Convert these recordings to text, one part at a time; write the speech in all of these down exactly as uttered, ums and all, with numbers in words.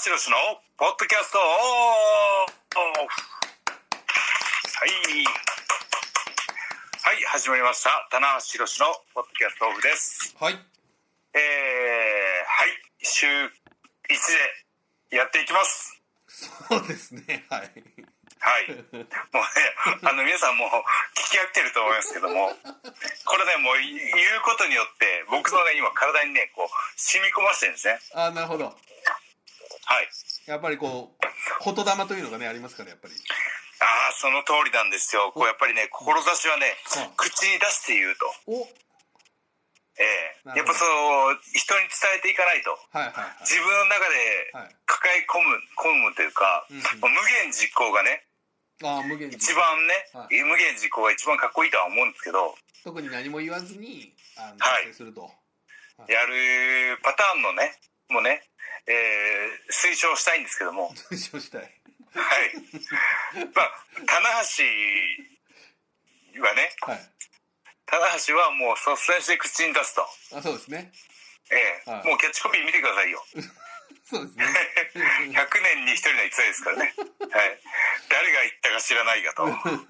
橋宏のポッドキャストオフ。はいはい始まりました。棚橋宏のポッドキャストオフです。 はい。 えー、はい週いちでやっていきます。 そうですね。はいはいもうねあの皆さんもう聞き飽きてると思いますけども、これねもう言うことによって僕のね今体にねこう染み込ませてるんですね。 あ、なるほど。 はい。 やっぱりこう言霊というのがねありますから、やっぱり。 ああ、その通りなんですよ。こうやっぱりね志はね、うん、口に出して言うと。お。ええー、やっぱそう人に伝えていかないと、はいはいはい、自分の中で抱え込む、込むというか、うんうん、無限実行がね、 あ無限一番ね、はい、無限実行が一番かっこいいとは思うんですけど、 特に何も言わずにあの達成すると、 はい、やるパターンのねもうね、えー、推奨したいんですけども推奨したいはいまあ棚橋はね、はい、棚橋はもう率先して口に出すと。 あ、そうですね。 ええ、はい、もうキャッチコピー見てくださいよそうですねひゃくねんにひとりの逸材ですからねはい誰が言ったか知らないがと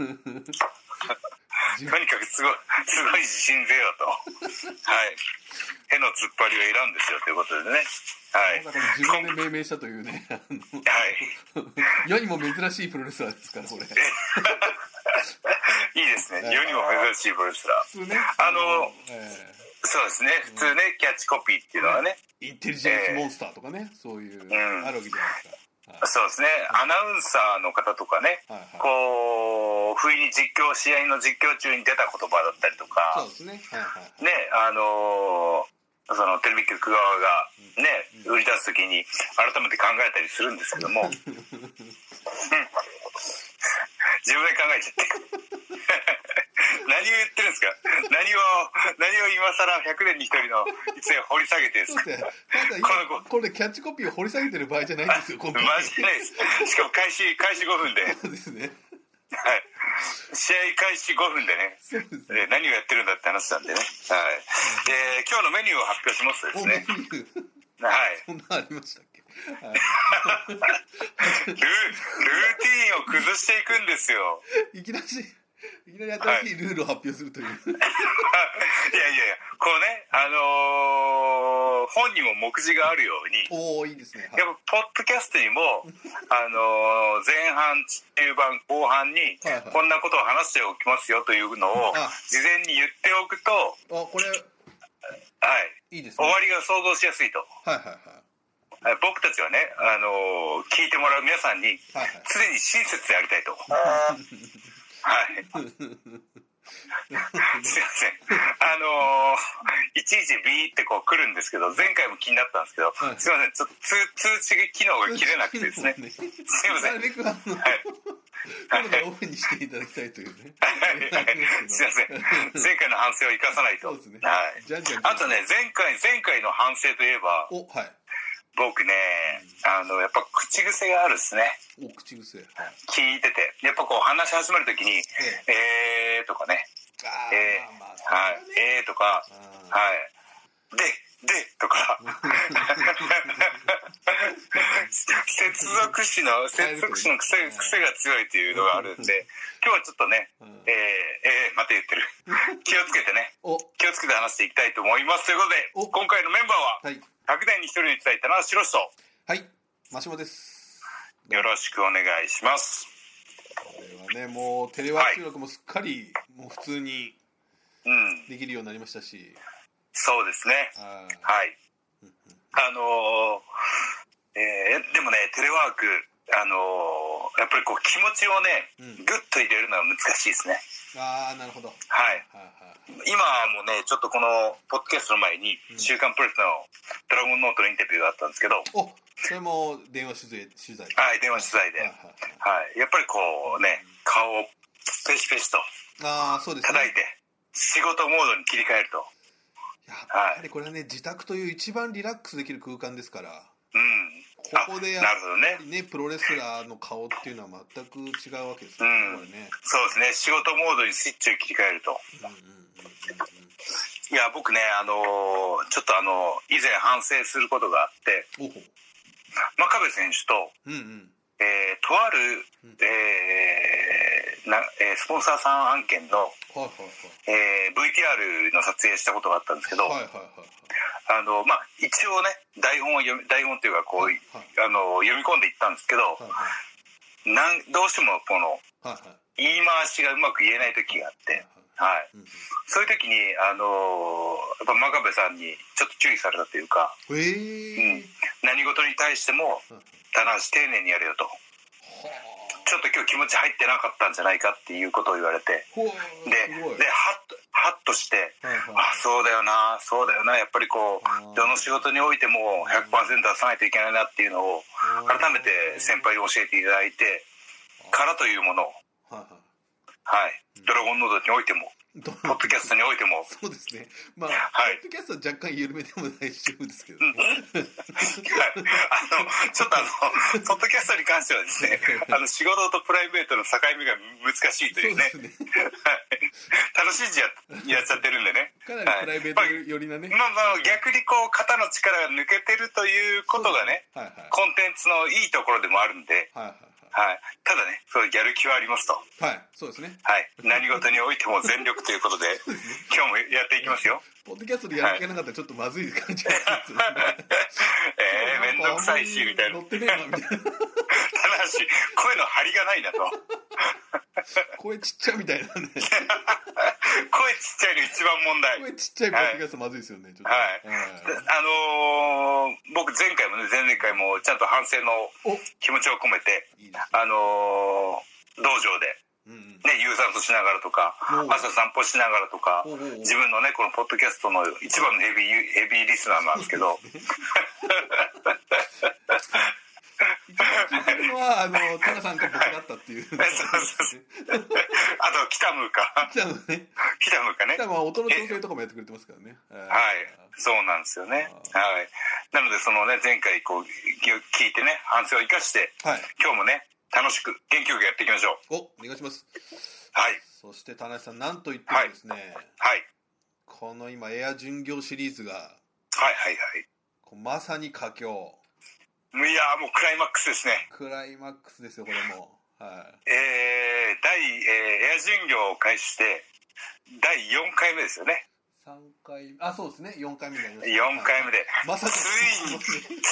とにかくすごいすごい自信ぜよとはいへの突っ張りはいらんですよということでね、はい、 だから自分で命名したというねはい世にも珍しいプロレスラーですからこれいいですね、世にも珍しいプロレスラー。普通ね、あの、えー、そうですね、普通ね、うん、キャッチコピーっていうのはね、 インテリジェンスモンスターとかね、えー、そういう、うん、あるわけじゃないですか。 はい、そうですね、はい、アナウンサーの方とかね、はいはい、こう不意に実況試合の実況中に出た言葉だったりとか、 そうですね、はいはい、 ね、あのー、そのテレビ局側がね、うん、売り出すときに改めて考えたりするんですけども自分で考えちゃって何を言ってるんですか。何を何を今更ひゃくねんにひとりの逸材を掘り下げてるんですか。 このこれキャッチコピーを掘り下げてる場合じゃないんですよ。 マジでないです。しかも開始開始ごふんで。 そうですね。 はい。試合開始ごふんでね。そうですね。何をやってるんだって話なんでね。はい。で今日のメニューを発表しますとですね。はい。 そんなありましたっけ。はい、 ル, ルーティーンを崩していくんですよ。 いきなりいきなり新しいルールを発表するという、はい、いやいやいやこうねあのー、本にも目次があるように、 おーいいですね、 はい、やっぱポッドキャストにもあのー、前半中盤後半にこんなことを話しておきますよというのを事前に言っておくと、 あこれはいいいですね、終わりが想像しやすいと。 はいはいはい。 僕たちはね、あのー、聞いてもらう皆さんに常に親切でありたいと。はいはいすいませんあのー、いちいちビーってこう来るんですけど、前回も気になったんですけど、はい、すいませんちょっと通知機能が切れなくてですねすいませんなるべくあの、はい、オフにしていただきたいというねはい、すいません前回の反省を生かさないと。そうですね、はい、じゃんじゃんあとね前回前回の反省といえば、お、はい、僕ね、あのやっぱ口癖があるっすね。 お口癖、はい、 聞いててやっぱこう話し始めるときに「ええー」とかね「えー、まあはいえー」とか「はいでで」とか接続詞の接続詞の癖癖が強いというのがあるんで、今日はちょっとね「えー、えー、また言ってる」気をつけてね気をつけて話していきたいと思います。ということで今回のメンバーは、はい、ひゃくねんにひとりの逸材棚橋宏と、 はい真島です。 よろしくお願いします。 これはねもうテレワーク収録もすっかりもう普通にできるようになりましたし、うん、 そうですねはいあのーえー、でもねテレワークあのー、やっぱりこう気持ちをね、うん、グッと入れるのは難しいですね。 ああなるほど。 はい、はいはい、今もねちょっとこのポッドキャストの前に「週刊プロレス」のドラゴンノートのインタビューがあったんですけど、 おそれも電話取材取材はい電話取材で、はいはいはい、やっぱりこうね顔をペシペシとあそうですね叩いて仕事モードに切り替えると。 やっぱりこれはね、はい、自宅という一番リラックスできる空間ですから、 うん、 ここでやっぱりねプロレスラーの顔っていうのは全く違うわけですよね、うん、これね。 そうですね仕事モードにスイッチを切り替えると、うんうんうんうん、いや僕ねあのー、ちょっとあの以前反省することがあって、おほ真壁選手と、うんうん、えー、とある、うんえーなえー、スポンサーさん案件の、はいはいはいえー、ブイティーアール の撮影したことがあったんですけど、はいはいはいあのまあ、一応ね台本を読み台本というかこう、はいはい、あの読み込んでいったんですけど、はいはい、なんどうしてもこの、はいはい、言い回しがうまく言えない時があって、はいはいうんうん、そういう時に、あのー、やっぱ真壁さんにちょっと注意されたというか、えーうん、何事に対しても棚橋丁寧にやれよと。ちょっと今日気持ち入ってなかったんじゃないかっていうことを言われてででハッとハッとして、はいはい、あそうだよなそうだよなやっぱりこうどの仕事においても ひゃくパーセント 出さないといけないなっていうのを改めて先輩に教えていただいてからというものを、はいはいはい、ドラゴンノードにおいてもポッドキャストにおいてもそうですねまあ、はい、ポッドキャストは若干緩めでも大丈夫ですけどね、はい、あのちょっとあのポッドキャストに関してはですねあの仕事とプライベートの境目が難しいというねそうですね楽しんじゃやっちゃってるんでねかなりプライベート寄りなね、 まあ、まあまあ逆にこう肩の力が抜けてるということがね、はいはい、コンテンツのいいところでもあるんで、はいはいはい、ただね、そういうやる気はありますと。 はい、そうですね。 はい、何事においても全力ということで、ね、今日もやっていきますよ。 ポッドキャストでやる気がなかったらちょっとまずい感じがするんですよね。 えー、めんどくさいしみたいな。乗ってねえなみたいな。ただし声の張りがないなと。 声ちっちゃいみたいなね。声ちっちゃいの一番問題。 声ちっちゃいポッドキャストまずいですよね。ちょっとはい。はい、あのー、僕前回もね前々回もちゃんと反省の気持ちを込めて、いいね、あのー、道場で。うんね、有酸素しながらとか朝散歩しながらとか自分のねこのポッドキャストの一番のヘビーヘビーリスナーなんですけど聞いてるのはあのタナさんか僕だったっていうそうそうそうあと北ムーか北ムーね北ムーかね北ムーは音の調整とかもやってくれてますからねはいそうなんですよねはいなのでそのね前回こう聞いてね反省を生かして、はい、今日もね楽しく元気よくやっていきましょう。 お、お願いします。 はい。 そして田中さんなんと言ってもですね、 はい。 この今エア巡業シリーズが、はいはいはい。 まさに佳境。いやもうクライマックスですね。 クライマックスですよこれも。はい。 えー、第、えー、エア巡業を開始してだいよんかいめですよね。 さんかいあそうですねよんかいめになりました。 よんかいめで、はい、 まさかついについにい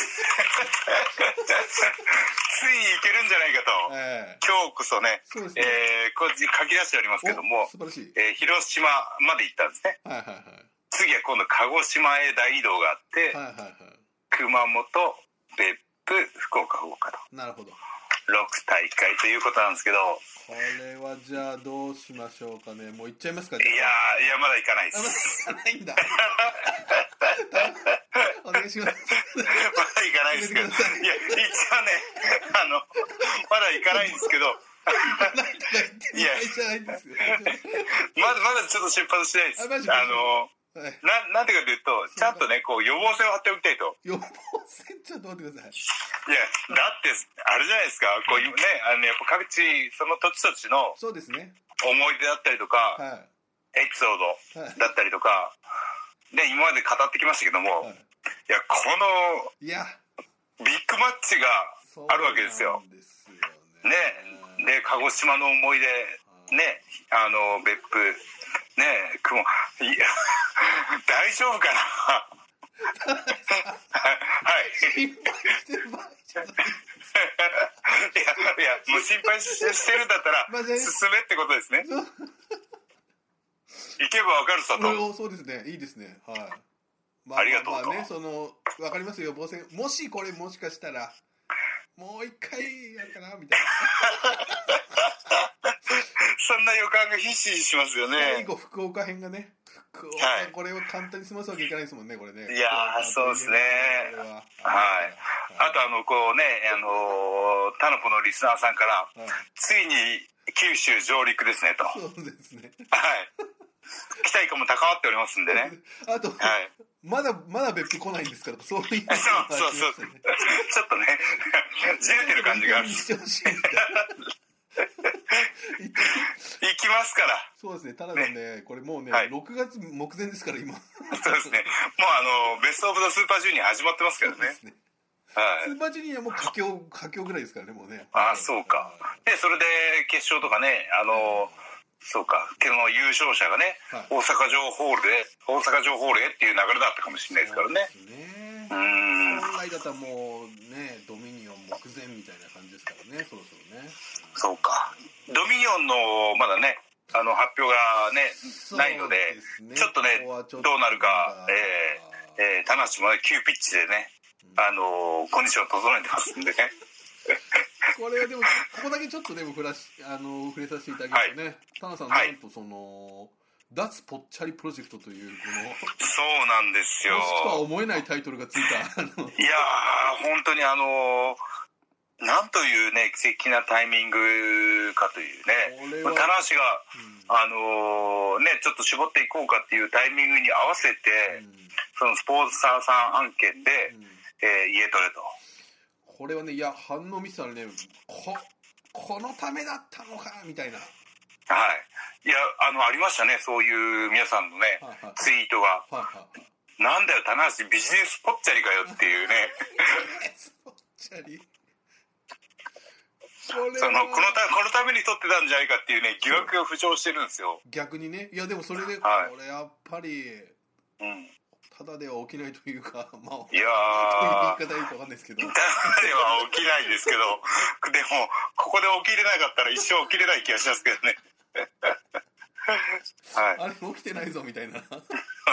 けるんじゃないかと、えー、今日こそねそうですね、えー、こっち書き出しておりますけども素晴らしい、 えー、広島まで行ったんですね、はいはいはい、次は今度鹿児島へ大移動があって、はいはいはい、熊本別府福岡福岡となるほどろく大会ということなんですけどこれはじゃあどうしましょうかねもう行っちゃいますかいやいやまだ行かないです行かないんだお願いしますまだ行かないですけどいや一応ねあのまだ行かないんですけどいやまだまだちょっと出発しないですあのはい、な, なんてかというとちゃんとねこう予防線を張っておきたいと予防線ちょっと待ってくださいいやだってあれじゃないですかこうねあのやっぱ各地その土地土地のそうですね思い出だったりとか、はい、エピソードだったりとか、はい、で今まで語ってきましたけども、はい、いやこのいやビッグマッチがあるわけですよですよねねで鹿児島の思い出ねあの別府ねえ雲いや大丈夫かなはい心配してる場合じゃないいやいやもう心配してるんだったら進めってことですね行けば分かるさとそうですねいいですねはい、 まあ、ありがとうと、 まあねその分かりますよ防線もしこれもしかしたらもう一回やるかなみたいなそんな予感がひしひししますよね最後福岡編がね福岡、はい、これを簡単に済ますわけいかないですもんねこれねいやそうですねはい、あとあのこうねあのタノポのリスナーさんから、はい、ついに九州上陸ですねとそうですねはい期待感も高まっておりますんでねあと、はい、まだまだ別に来ないんですからそういうそうそうそうちょっとねじれてる感じがある行きますからそうですねただねねこれもうね、はい、ろくがつ目前ですから今そうですねもうあのベストオブザスーパージュニア始まってますからねはい、 スーパージュニアも佳境佳境ぐらいですからね、もうね。 ああ、そうか。でそれで決勝とかね、あの、うん、そうか、その優勝者がね、はい、大阪城ホールで大阪城ホールへっていう流れだったかもしれないですからね。 そうですね。うん。本来だったらもうね、ドミニオン目前みたいな感じですからね、そろそろね。 そうか。ドミニオンのまだね、あの発表がねないので、ね、ちょっとねどうなるか、えーえー、田無もね急ピッチでね、うん、あのー、コンディション整えてますんでね。 これはでもここだけちょっとでも触らしあの触れさせていただきますとね、はい、田無さん、はい、なんとその脱ぽっちゃりプロジェクトというこのそうなんですよ。 公式とは思えないタイトルがついたいやー本当にあのーなんというね奇跡なタイミングかというね、田無が、うん、あのー、ねちょっと絞っていこうかっていうタイミングに合わせて、うん、そのスポンサーさん案件で、うん、えー、家トレと。 これはね、いや反応見てたらね、ここのためだったのかみたいな。はい 。いやあのありましたね、そういう皆さんのね、はいはい、ツイートが、はいはい、なんだよ田無ビジネスぽっちゃりかよっていうね。ビジネスぽっちゃり。そのこのたこのために撮ってたんじゃないかっていうね疑惑が浮上してるんですよ。 逆にね。いやでもそれで、 はい、 これやっぱり、うん、ただでは起きないというか、まあいやーという言い方いいかわかんないですけど、ただでは起きないですけど、でもここで起きれなかったら一生起きれない気がしますけどね。 はい、あれ起きてないぞみたいな。言い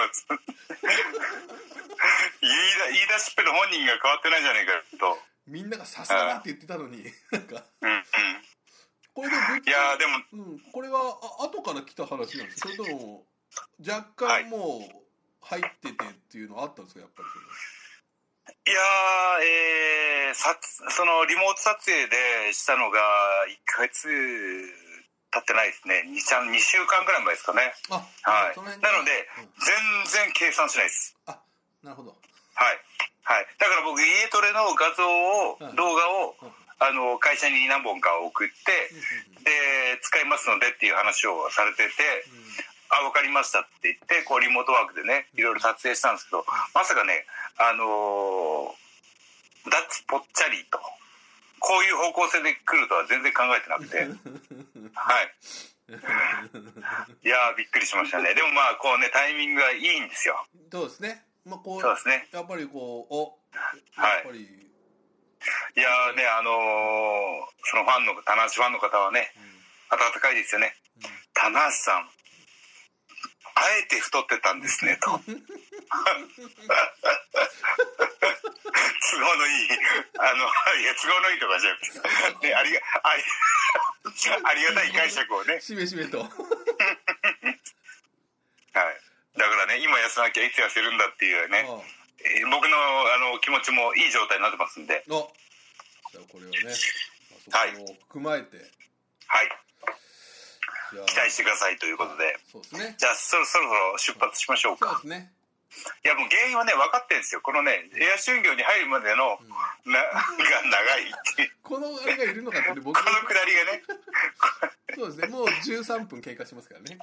言い出しっぺの本人が変わってないじゃないかと。 みんながさすがだって言ってたのに、なんか、 うんうん、 これでぶっいやでも、 うん、これはあ後から来た話なんですか、それとも若干もう入っててっていうのはあったんですか、やっぱり。 いやー、えー、さそのリモート撮影でしたのがいっかげつ経ってないですね。 2, にしゅうかんぐらい前ですかね。 あ、 はい、なので、うん、全然計算しないです。 あ、なるほど。 はいはい、だから僕家トレの画像を、はい、動画を、はい、あの会社に何本か送って、うん、で使いますのでっていう話をされてて、うん、あ分かりましたって言ってこうリモートワークでねいろいろ撮影したんですけど、まさかねあのー、脱ぽっちゃりとこういう方向性で来るとは全然考えてなくてはいいやーびっくりしましたね。でもまあこうねタイミングがいいんですよ。 そうですね。まあ、こうそうですね、 やっぱりこうおやっぱり、はい、いやねあのー、そのファンの田無ファンの方はね、うん、温かいですよね、うん、田無さんあえて太ってたんですねと都合のいいあのいや都合のいいとかじゃなくて、ね、ありがありありがたい解釈をねしめしめとはいだからね今痩せなきゃいつ痩せるんだっていうね、ああ、えー、僕のあの気持ちもいい状態になってますんで、 あじゃあこれをね、まあ、そこを踏まえて、 はい、はい、期待してくださいということで、 そうですね、 じゃあそろそろ出発しましょうか。 そうですね。 いやもう原因はね分かってるんですよ。このねエア巡業に入るまでの、うん、なが長いってこのあれがいるのかって僕このくだりがねそうですね、もうじゅうさんぷん経過してますからね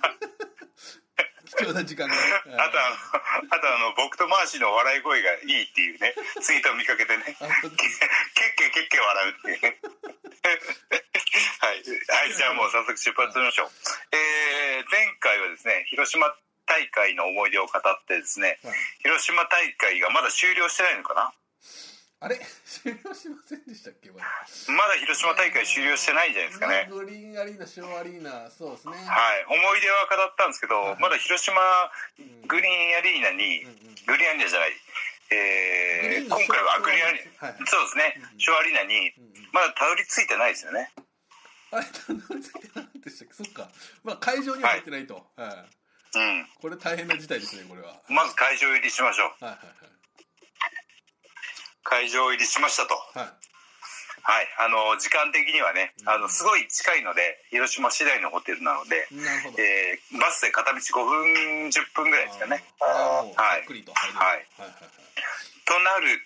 貴重な時間が、ね、 あとあのあとあの僕とマーシーの笑い声がいいっていうねツイートを見かけてねケッケケッケ笑うっていうねはい、はい、じゃあもう早速出発しましょう。はい、えー、前回はですね広島大会の思い出を語ってですね、はい、広島大会がまだ終了してないのかな。 あれ終了しませんでしたっけ。まだまだ広島大会終了してないんじゃないですかね。 グリーンアリーナショーアリーナそうですね。 はい思い出は語ったんですけど、はい、まだ広島グリーンアリーナに、うんうん、グリーンアリーナじゃない、えー、今回はグリーンアリーナ、はいはい、そうですね、うんうん、ショーアリーナにまだたどり着いてないですよね。 あれたどり着いてないんでしたっけ。そっか、まあ、会場には入ってないと、はいはい、うん、これ大変な事態ですねこれは。 まず会場入りしましょう。はいはいはい、会場入りしましたと。はい、はい、あの時間的にはね、うん、あのすごい近いので広島市内のホテルなので、 なるほど、 えー、バスで片道ごふんじゅっぷんぐらいですかね。 はい、ゆっくりと入る、はいはいはいはい、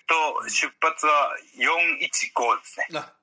となると出発はよんいちごですね。 あ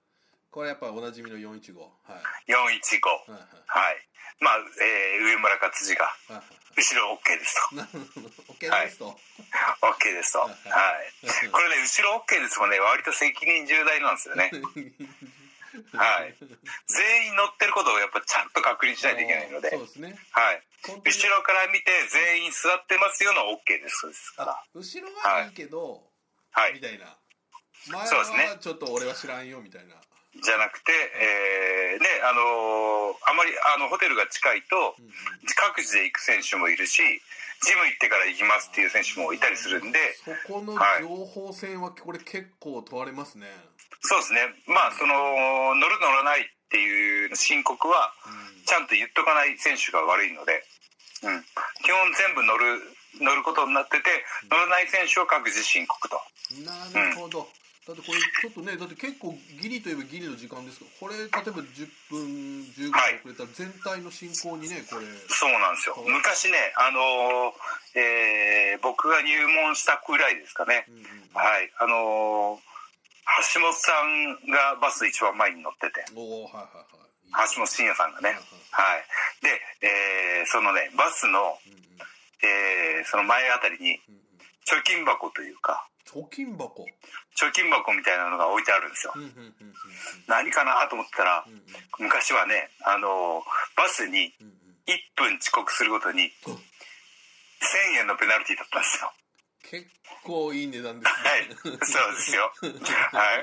これやっぱおなじみのよんいちご、はい、 よんいちご、はいはいはい、まあ、えー、上村勝次が、はいはい、後ろ OK ですと。 なるほど OK ですと、はい、 OK ですと、はいはい、これね後ろ OK ですもんね、割と責任重大なんですよねはい、全員乗ってることをやっぱちゃんと確認しないといけないので、 そうですね、 はい、後ろから見て全員座ってますよの OK ですですから、 後ろはいいけど、はい、みたいな、前はちょっと俺は知らんよみたいなじゃなくて、えーねあのー、あまりあのホテルが近いと、うんうん、各自で行く選手もいるし、ジム行ってから行きますっていう選手もいたりするんで、 そこの情報戦はこれ結構問われますね。はい、 そうですね、まあその乗る乗らないっていう申告はちゃんと言っとかない選手が悪いので、うん、基本全部乗る乗ることになってて、乗らない選手は各自申告と。 なるほど、うん、だってこれちょっとね、だって結構ギリといえばギリの時間ですけど、これ例えばじゅっぷんじゅうごふん遅れたら全体の進行にね、これそうなんですよ。昔ね、あのーえー、僕が入門したくらいですかね、うんうんうん、はい、あのー、橋本さんがバス一番前に乗ってて、お、はいはいはい、橋本真也さんがね、はいはいはい、で、えー、そのねバスの、うんうん、えー、その前あたりに貯金箱というか、 貯金箱貯金箱みたいなのが置いてあるんですよ、うんうんうんうん、何かなと思ったら、うんうん、昔はね、あのバスにいっぷん遅刻するごとにせんえんのペナルティだったんですよ。 結構いい値段ですね。 はい、そうですよ。はい。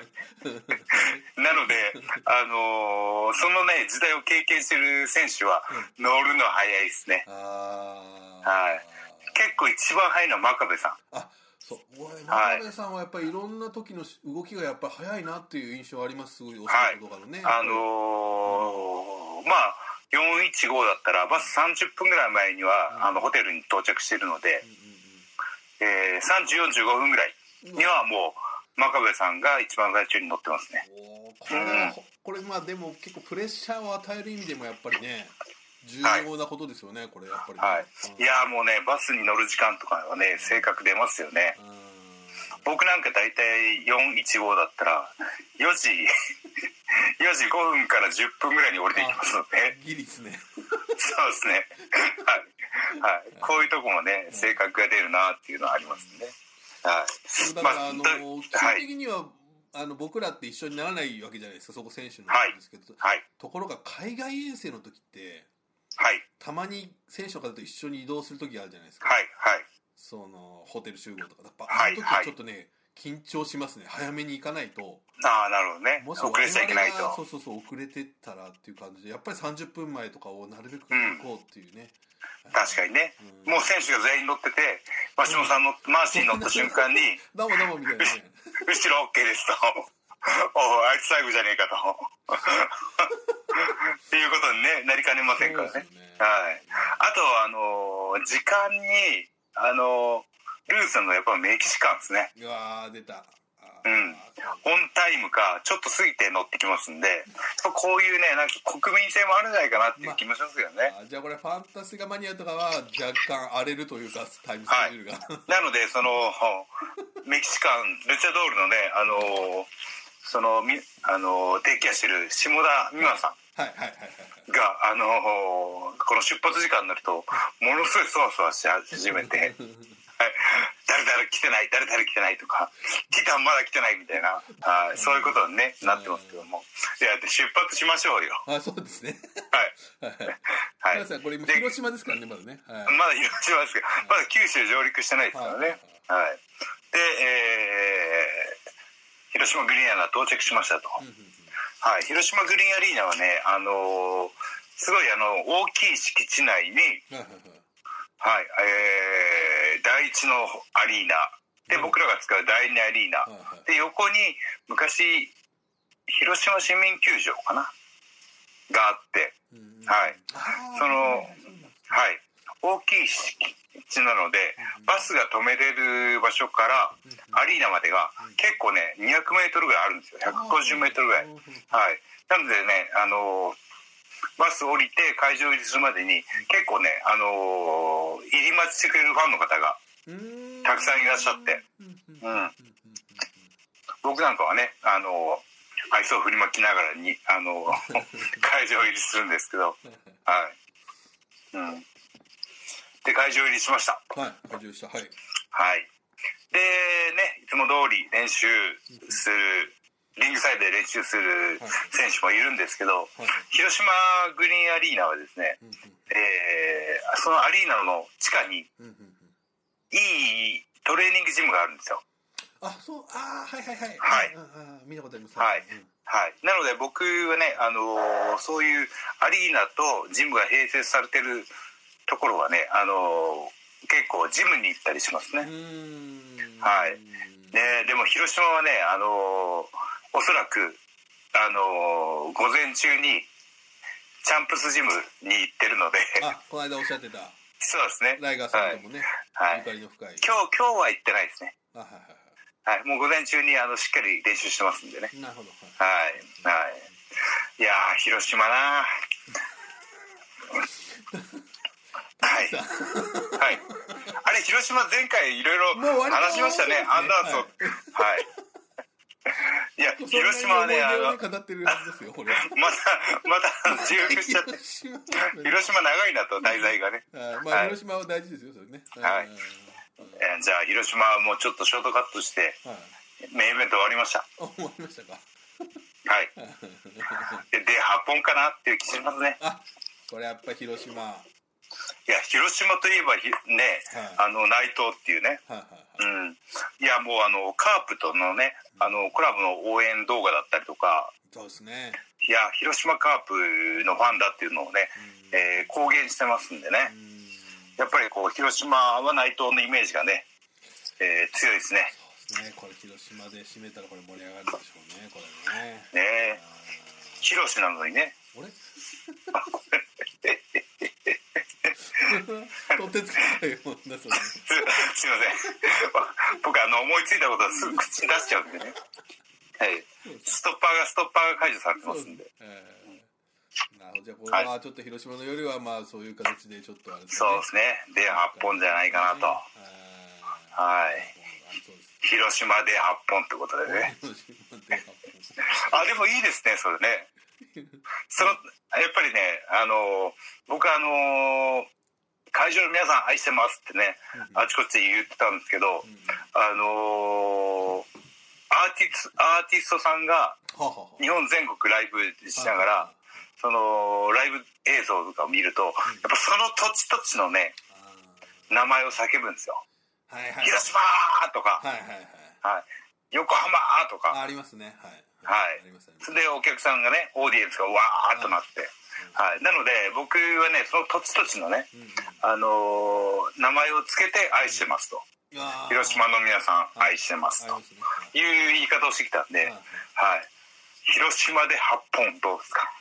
なので、あのー、そのね時代を経験してる選手は乗るの早いですね。あ、はい。結構一番早いのは真壁さん。あ、 そう、真壁さんはやっぱりいろんな時の動きがやっぱり早いなっていう印象あります。すごいお仕事とかのね。 はい、あのーうん、まあよんいちごだったらバスさんじゅっぷんぐらい前には、うん、あのホテルに到着しているので、うんうんうん、えー、さんじよんじゅうごふんぐらいにはもう真壁さんが一番最初に乗ってますね。 おこれ、うん、これまあでも結構プレッシャーを与える意味でもやっぱりね重要なことですよね、はい、これやっぱり、ね、 はい、いやもうねバスに乗る時間とかはね性格出ますよね。僕なんか大体よんいちごだったらよじよじごふんからじゅっぷんぐらいに降りていきますので、 ギリですね。 そうですね、はい、はい、こういうとこもね性格が出るなっていうのはありますね。はい、 だから、まあ、あの基本的には、はい、あの僕らって一緒にならないわけじゃないですか、そこ選手のんですけど、はいはい、ところが海外遠征の時って、はい、たまに選手の方と一緒に移動する時あるじゃないですか、はいはい、そのホテル集合とかやっぱあの時はちょっとね、はいはい、緊張しますね。早めに行かないと。 ああ、なるほどね。もし遅れちゃいけないと。 そうそうそう、遅れてったらっていう感じで、やっぱりさんじゅっぷんまえとかをなるべく行こうっていうね、 うん、確かにね、うん、もう選手が全員乗ってて松本さんのマーシーに乗った瞬間にどうもどうもみたいなね後ろ OK ですとおあいつ最後じゃねえかとっていうことに、ね、なりかねませんからね。ね、はい、あとあの時間にあのルーズのやっぱメキシカンですね。 うわー出た。 うん、オンタイムかちょっと過ぎて乗ってきますんで、こういうねなんか国民性もあるんじゃないかなっていう気もしますよね。 まあ、じゃあこれファンタスティカマニアとかは若干荒れるというかタイムスケジュールが、はい、 なのでそのメキシカンルチャドールのねあのそのみあの提携してる下田美馬さんがあのこの出発時間になるとものすごいそわそわし始めてはい、誰々来てない誰々来てないとか来たまだ来てないみたいな、あそういうことに、ね、なってますけども、いや出発しましょうよ。 あそうですね。 はいはいはい、これ今広島ですからねまだね、 はい、まだ広島ですけど、はい、まだ九州上陸してないですからね。はい、はい、で、えー、広島グリーンアリーナ到着しましたと、うんうんうん、はい、広島グリーンアリーナはね、あのー、すごいあの大きい敷地内に、はいはいはいはい、えー、第一のアリーナで、僕らが使う第二アリーナ、はいはい、で横に昔広島市民球場かながあって、はい、その、はい、大きい敷地なのでバスが止めれる場所からアリーナまでが結構ねにひゃくメートルぐらいあるんですよ。ひゃくごじゅうメートルぐらい、はい、なのでねあのバス降りて会場入りするまでに結構ね、あのー、入り待ちしてくれるファンの方がたくさんいらっしゃって、うん、僕なんかはね、あのー、 愛想を振りまきながらにあの会場入りするんですけど、はい、うん、で会場入りしました。 はい、会場入りした。はい、 はい、でね、いつも通り練習する、リングサイドで練習する選手もいるんですけど、はいはい、広島グリーンアリーナはですね、うんうん、えー、そのアリーナの地下に、うんうんうん、いいトレーニングジムがあるんですよ。 あ、そう、あ、はいはいはい。 はい。 ああ、見たことあります。 はい。うん、はい。なので僕はね、あのー、そういうアリーナとジムが併設されてるところはね、あのー、結構ジムに行ったりしますね。うーん、はい。ね、でも広島はね、あのー、おそらく、あのー、午前中にチャンプスジムに行ってるのであ、この間おっしゃってた。 そうですね。 ライガーさんともね、はい、ゆかりの深い。 今日、今日は行ってないですね。 あ、はいはいはい。 はい、もう午前中にあのしっかり練習してますんでね。 なるほど。 はい、はい。いやー、広島なー。はい。はい。あれ、広島前回いろいろ話しましたね。アンダーソン。はい。いや、広島はね、あの、また、また、重複しちゃって。広島長いなと、題材がね。 まあ、広島は大事ですよ、それね。 はい。えー、じゃあ広島はもうちょっとショートカットして、はい、メインイベント終わりました。 終わりましたか。 はい。で、ではっぽんかなっていう気しますね。 あ、これやっぱ広島。 いや、広島といえばひね、はい、あの内藤っていうね、はいはいはい、うん、いやもうあのカープとのね、あのクラブの応援動画だったりとか、 そうですね。 いや広島カープのファンだっていうのをね、うん、えー、公言してますんでね。うん、やっぱりこう広島は内藤のイメージがね、えー、強いですね。 そうですね。これ広島で締めたらこれ盛り上がるでしょうね。これね。 ねえ。広島なのにね。 俺？とてつかないもんだそれ。す, すいません。僕あの思いついたことはすぐ口に出しちゃうんでね。はい。ストッパーがストッパーが解除されてますんで。でなるほど。じゃあこれはちょっと広島のよりはまあそういう形でちょっとあれですね。そうですね。ではっぽんじゃないかなと。はい。広島ではっぽんってことでね。あ、でもいいですね、それね。そのやっぱりね、あの僕あの会場の皆さん愛してますってね、あちこちで言ってたんですけど、あのアーティスアーティストさんが日本全国ライブしながら、そのライブ映像とかを見ると、やっぱその土地土地のね名前を叫ぶんですよ。はいはい、広島とか、はいはいはいはい、横浜とかあ, ありますね。はいはい。それでお客さんがね、オーディエンスがわーっとなって、はい、はい、なので僕はね、その土地土地のね、うんうん、あのー、名前をつけて愛してますと、広島の皆さん愛してますと、はい、いう言い方をしてきたんで、はい、はい、広島ではっぽんどうですか？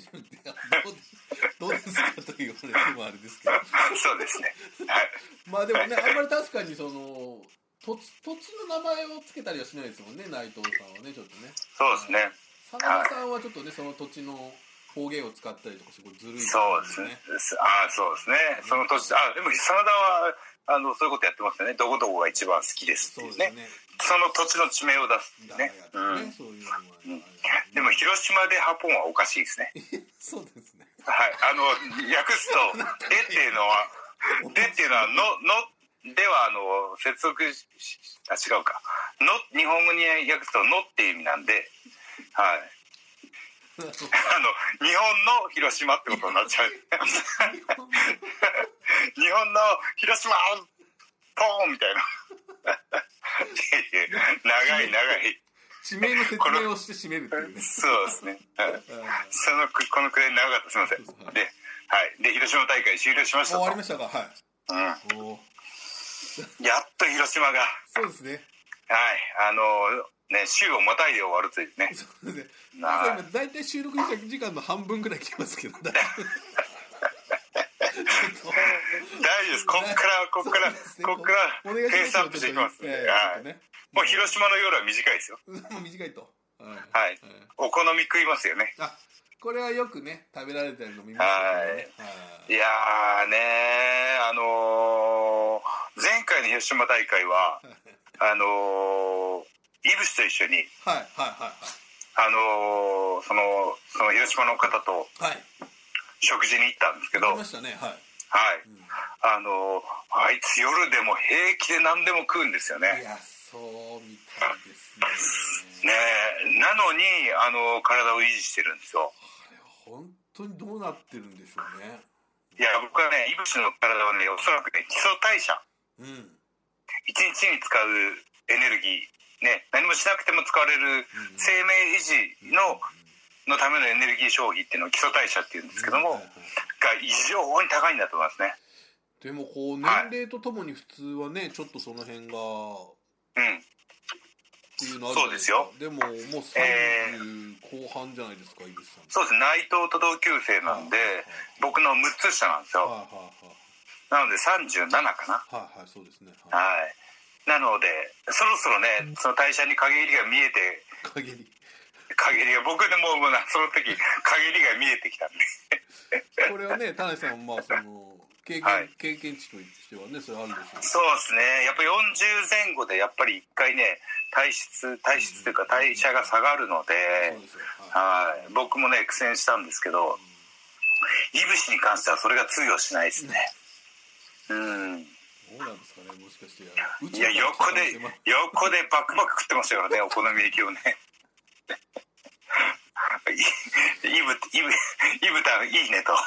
どうですかと言われてもあれですけどそうですね、はい、 まあでもね、あんまり確かにその土地、土地の名前をつけたりはしないですもんね、内藤さんはね、ちょっとね。 そうですね。 真田さんはちょっとね、その土地の方言を使ったりとかしてずるい、ね、 そうですね。ああ、そうですね。その土地、あ、でも真田はあのそういうことやってますよね。どこどこが一番好きですっていうね。そうですね。その土地の地名を出すね。うん。そういうのは、うん、でも広島でハポンはおかしいですね。 そうですね。 はい。あの訳すとでっていうのはでっていうのはののではあの接続しあ違うかの日本語に訳すとのっていう意味なんで、はい。あの日本の広島ってことになっちゃう。日本の広島ポーンみたいな。長い長い。 地名の説明をして締めるっていうね。 そうですね。そのこのくらい長かった。すみません。で、はい。で広島大会終了しましたと。 終わりましたか。はい。 うん。やっと広島が。 そうですね。 はい。あのね、週をまたいで終わるというね。 そうですね。だいたい収録時間の半分ぐらい来ますけど。大丈夫です。こっからこっからこっからペースアップしていきますんで。もう広島の夜は短いですよ。 もう短いと。 はい。お好み食いますよね。 あ、これはよくね食べられたりの見ますよね。 いやーねー、あのー、前回の広島大会はあのー、イブシと一緒に、 はいはいはいはい、 あのー、そのその広島の方と食事に行ったんですけど、 行きましたね、はい、 はい、うん、あのー、あいつ夜でも平気で何でも食うんですよね。 いや、そうみたいですね。 ねえ、なのにあの体を維持してるんですよ。 あれ本当にどうなってるんでしょうね。 いや、僕はね、いぶしの体はね、おそらくね、基礎代謝、うん、いちにちに使うエネルギー、ね、何もしなくても使われる生命維持の、のためのエネルギー消費っていうのを基礎代謝っていうんですけども、が異常に高いんだと思いますね。 でもこう年齢とともに普通はね、はい、ちょっとその辺がうんっていうのあるじゃないですか。そうですよ。でももうさんじゅう後半じゃないですか、井口さん。 そうです。内藤と同級生なんで、はいはいはい、僕のむっつ下なんですよ。はいはいはい、なのでさんじゅうななかな。 はいはい、そうですね。 はい。はい、なのでそろそろね、その代謝に陰りが見えて、 陰り陰りが僕でももうその時陰りが見えてきたんでこれはね、田中さんもまあその経験、はい、経験値としてはね、それあるでしょう。 そうですね。やっぱよんじゅうぜん後でやっぱり一回ね、体質体質というか代謝が下がるので、はい、僕もね苦戦したんですけど、いぶしに関してはそれが通用しないですね。うん。 どうなんですかね、もしかして。 いや、横で横でバクバク食ってましたからね、お好み焼きをね。イブイブイブタンいいねと。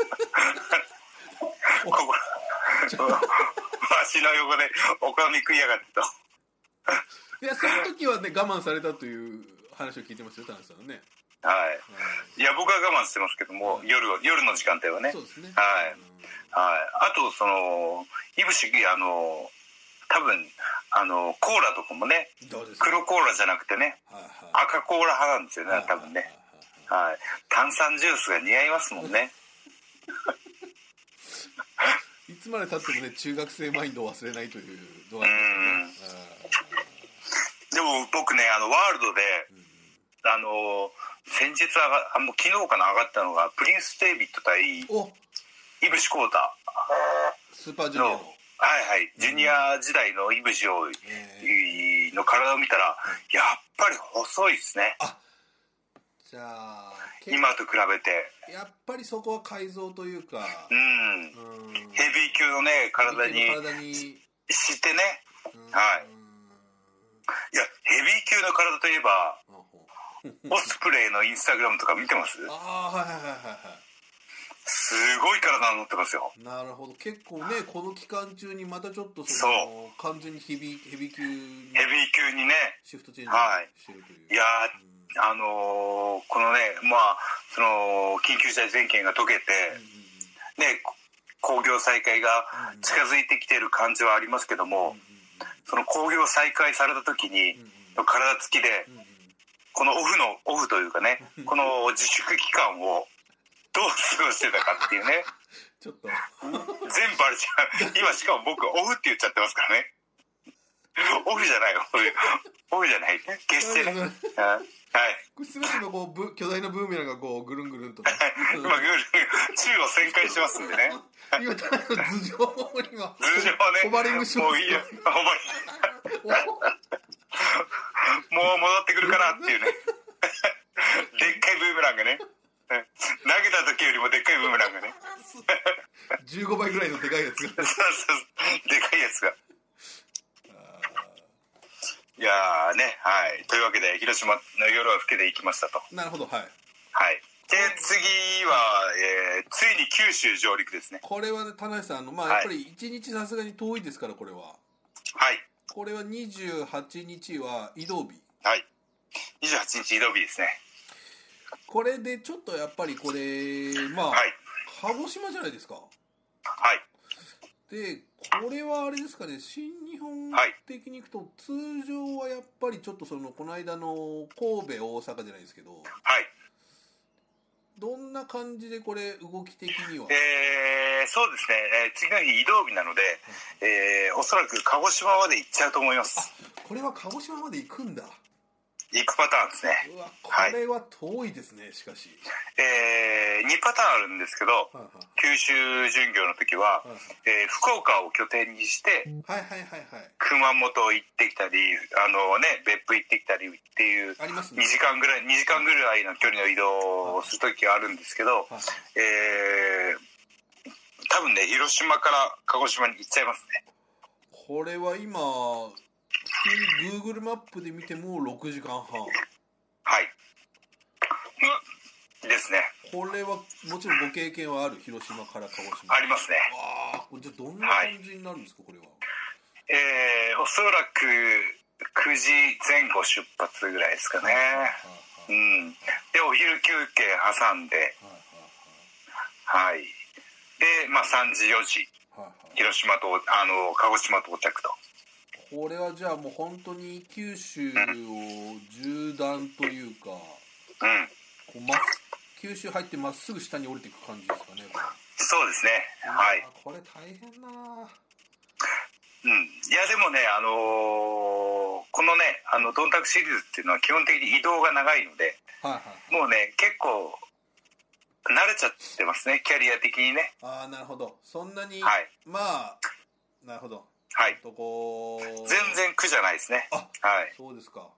ここわしの横でお好み食いやがってと。 いや、その時はね我慢されたという話を聞いてますよ、田中さんはね。 はい、いや僕は我慢してますけども、はい、夜夜の時間帯はね。 そうですね。 はい、はい、あとそのいぶしあの多分あのコーラとかもね、黒コーラじゃなくてね、はいはい、赤コーラ派なんですよね、はいはい、多分ね。はい、炭酸ジュースが似合いますもんね。 いつまで経ってもね、中学生マインドを忘れないというのがありますね。 でも僕ね、あのワールドで、うん、あの先日あがもう昨日かな上がったのがプリンス・デイビッド対イブシ・コータスーパージュニアの、 はいはい、ジュニア時代のイブシを、えー、の体を見たら、やっぱり細いですね。 あ、じゃあ今と比べてやっぱりそこは改造というか、 うん、うん、ヘビー級のね体にしてね、はい。いや、ヘビー級の体といえばオスプレイのインスタグラムとか見てます？ ああ、はいはいはいはい。 すごい体に乗ってますよ。 なるほど。結構ね、この期間中にまたちょっとその完全にヘビーヘビー級にヘビー級にねシフトチェンジしてるという。 はい、いやー、うん、あのー、このね、まあその緊急事態宣言が解けて、うんうん、ね、興行再開が近づいてきている感じはありますけども、うんうん、その興行再開された時に、うんうん、体つきで、うんうん、このオフのオフというかね、この自粛期間をどう過ごしてたかっていうね。 ちょっと全部あれじゃん。今しかも僕オフって言っちゃってますからね。オフじゃないよ。オフじゃない。決してね。はい。 これ全てのこう巨大なブーメランがこうぐるんぐるんと、ね。 今ぐるんぐるん宙を旋回してますんでね。 今ただの頭上には頭上ね。 ホバリングします。 もういいよ。ホバリング。もう戻ってくるかなっていうね。でっかいブーメランがね。投げた時よりもでっかいブーメランがね。 じゅうごばいぐらいのでかいやつが。 そうそうでかいやつが。いやーね、はい。というわけで広島の夜は更けていきましたと。 なるほど、はい。 はい。で次は、えー、ついに九州上陸ですね。 これはね、田中さん、あのまあやっぱりいちにちさすがに遠いですから、これは。はい。これはにじゅうはちにちは移動日。 はい。にじゅうはちにち移動日ですね。 これでちょっとやっぱりこれまあ、はい、鹿児島じゃないですか。 はい。 でこれはあれですかね、新日本的にいくと、はい、通常はやっぱりちょっとそのこの間の神戸大阪じゃないですけど、はい。どんな感じでこれ動き的には？ えー、そうですね、えー、次の日移動日なので、はい、えー、おそらく鹿児島まで行っちゃうと思います。 あ、これは鹿児島まで行くんだ。 行行くパターンですね。 うわ、これは遠いですね、はい、しかし。 えー、にパターンあるんですけど、はいはい、九州巡業の時は、はいはい、えー、福岡を拠点にして、 はいはいはいはい、 熊本行ってきたり、あのね、別府行ってきたりっていう、にじかんぐらい、にじかんぐらいの距離の移動をする時があるんですけど、はいはい、えー、多分ね、広島から鹿児島に行っちゃいますね。 これは今、普通に Google マップで見てもろくじかんはん。 はい。うん、ですね。 これはもちろんご経験はある、広島から鹿児島。 ありますね。 わあ、じゃあどんな感じになるんですか、はい、これは。 えー、おそらくくじぜん後出発ぐらいですかね。うん。で、お昼休憩挟んで、はい。で、まあさんじよじ、広島とあの鹿児島到着と。 これはじゃあもう本当に九州を縦断というか、 うん、 こうま九州入ってまっすぐ下に降りていく感じですかね。これそうですね。はい。 これ大変だな。 うん、いやでもね、あのー、このねあのドンタクシリーズっていうのは基本的に移動が長いので、はいはい、もうね結構慣れちゃってますね、キャリア的にね。 ああ、なるほど。そんなに、はい、まあなるほど。 はい。 とこ全然苦じゃないですね。 あ、はい。そうですか。 はい。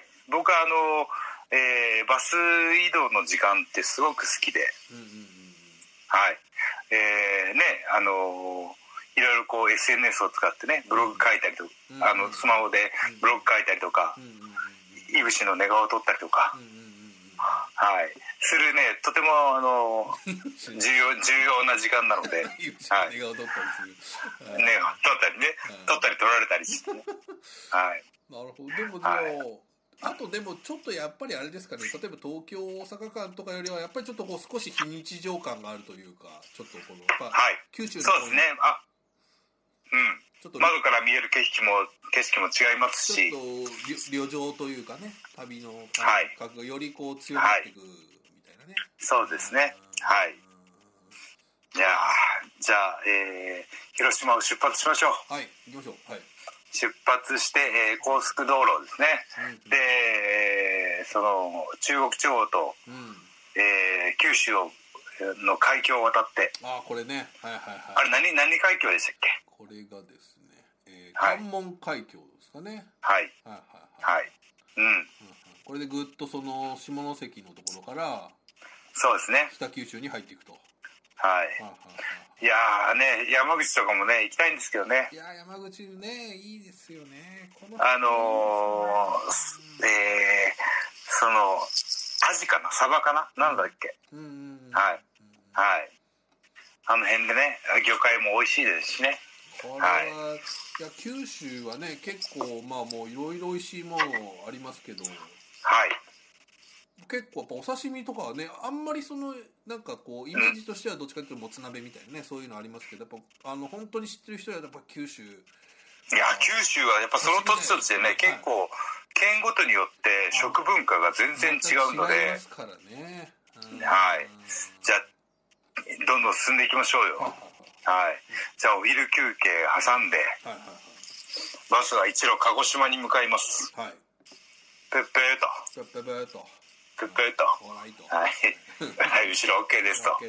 僕はあの、えー、バス移動の時間ってすごく好きで、うんうんうん、はい。えー、ねあのー。いろいろこう エスエヌエス を使ってねブログ書いたりとか、うん、あのスマホでブログ書いたりとか、いぶしの寝顔を撮ったりとか、うんうんうん、はいするねとてもあの重要重要な時間なので、 いぶしの寝顔を撮ったりする、 ね撮ったりね撮ったり撮られたりして、ね、はい。 なるほど。でもでも、はい、あとでもちょっとやっぱりあれですかね、例えば東京大阪間とかよりはやっぱりちょっとこう少し非日常感があるというか、ちょっとこのやっぱ、はい、九州のそうですね。あうん、ちょっと窓から見える景色も景色も違いますし、 ちょっと旅情というかね、旅の感覚がよりこう強まっていくみたいなね、はい、 そうですね。はい。じゃあじゃあ、えー、広島を出発しましょう。 はい、行きましょう。はい。 出発して、えー、高速道路ですね、うん、で、えー、その中国地方と、うん、えー、九州の海峡を渡って、 あこれね、はいはいはい、 あれ 何, 何海峡でしたっけ。 これがですね、えー、関門海峡ですかね。 はい。はいはいはい。はい。うん。 これでぐっとその下関のところからそうですね。 北九州に入っていくと。 はい。はいはいはい、いやーね、山口とかもね行きたいんですけどね。 いや山口ねいいですよね。このあのー、えー、そのアジかなサバかな、なんだっけ。うんうんうん、はいはい。あの辺でね魚介も美味しいですしね。 これは、はい、いや九州はね結構まあもういろいろ美味しいものありますけど、はい。結構やっぱお刺身とかはねあんまりそのなんかこうイメージとしてはどっちかというともつ鍋みたいなね、そういうのありますけど、やっぱあの本当に知ってる人はやっぱ九州。いや九州はやっぱその土地土地でね、はい、結構県ごとによって食文化が全然違うので、違いますからね。はい。じゃあどんどん進んでいきましょうよ。はい。じゃあお昼休憩挟んで、はいはいはい、バスが一路鹿児島に向かいます。はい。ペッペーと。 ペッペーと。 ペッペーと。はい。はい。後ろ OK ですと。はい。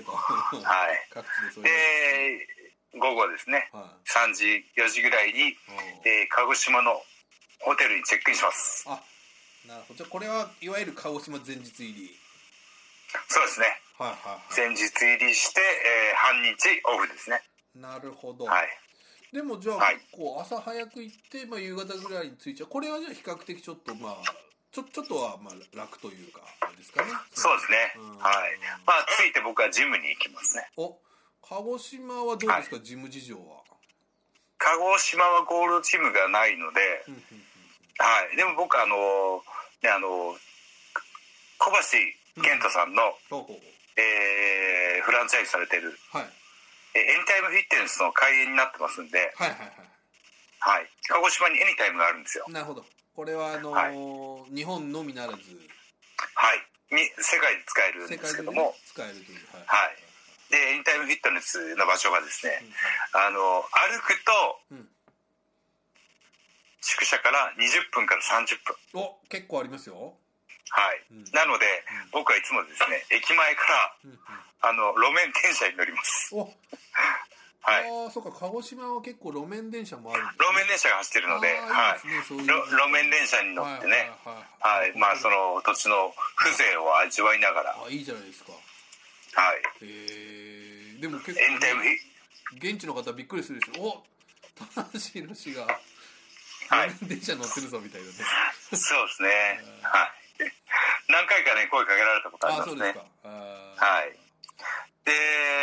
で、午後ですね。はい、さんじよじぐらいに、えー、鹿児島のホテルにチェックインします。 あ、なるほど。じゃあこれはいわゆる鹿児島前日入り。 そうですね。はいはいはい、前日入りして、えー、半日オフですね。 なるほど。はい。でもじゃあ、はい、結構朝早く行って、まあ、夕方ぐらいに着いちゃう。これはじゃあ比較的ちょっとまあちょちょっとはまあ楽というかあれですかね。 そうですね。はい。まあ着いて僕はジムに行きますね。 お、鹿児島はどうですか、はい、ジム事情は。 鹿児島はゴールドジムがないので、はい。でも僕あのねあの小橋健太さんの、うん、えー、フランチャイズされてる、はい、えエニタイムフィットネスの会員になってますんで、はいはいはい。はい。鹿児島にエニタイムがあるんですよ。 なるほど。これはあのーはい、日本のみならず、 はい。に世界で使えるんですけども、 使えるという、 はい。はい。でエニタイムフィットネスの場所がですね、うん、あの歩くと、うん、 宿舎からにじゅっぷんからさんじゅっぷん。 お、結構ありますよ。 はい、うん、なので、うん、僕はいつもですね駅前から、うんうん、あの路面電車に乗ります。おはい、 ああ、そうか、鹿児島は結構路面電車もあるんです、 ね、路面電車が走ってるので、はい、いいですね、路面電車に乗ってね、はい、はいはい、まあその土地の風情を味わいながら、 あ、いいじゃないですか。 はい。 えー、でも結構、ね、現地の方びっくりするでしょ。お、田無宏が路面電車乗ってるぞみたいなね。 そうですね。はい。何回かね声かけられたことありますね。 あ、そうですか。あ、 はい。で、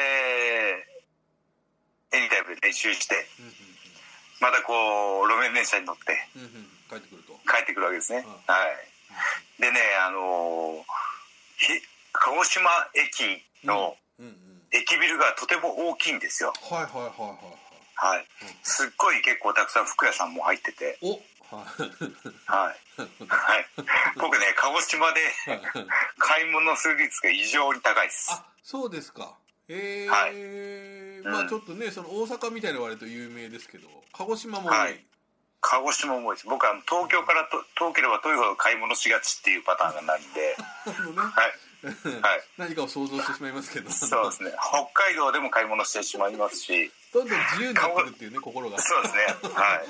エニタイムで練習して、うんうんうん、またこう路面電車に乗って、 うんうん、帰ってくると。 帰ってくるわけですね。はい。でね、あのー、鹿児島駅の駅ビルがとても大きいんですよ。 はいはいはいはいはい。 はい、すっごい結構たくさん服屋さんも入ってて、 お、 はいはい、僕ね鹿児島で買い物する率が異常に高いです。 あ、そうですか。えー、 はい、 まあちょっとね、うん、その大阪みたいな割と有名ですけど、鹿児島も多い。はい、 鹿児島も多いです。僕は東京からと遠ければ遠いほど買い物しがちっていうパターンがなんで、 ね、 はいはい、 何かを想像してしまいますけど、 そうですね、北海道でも買い物してしまいますし、 どんどん自由になってるっていうね、心が。 そうですね、はい、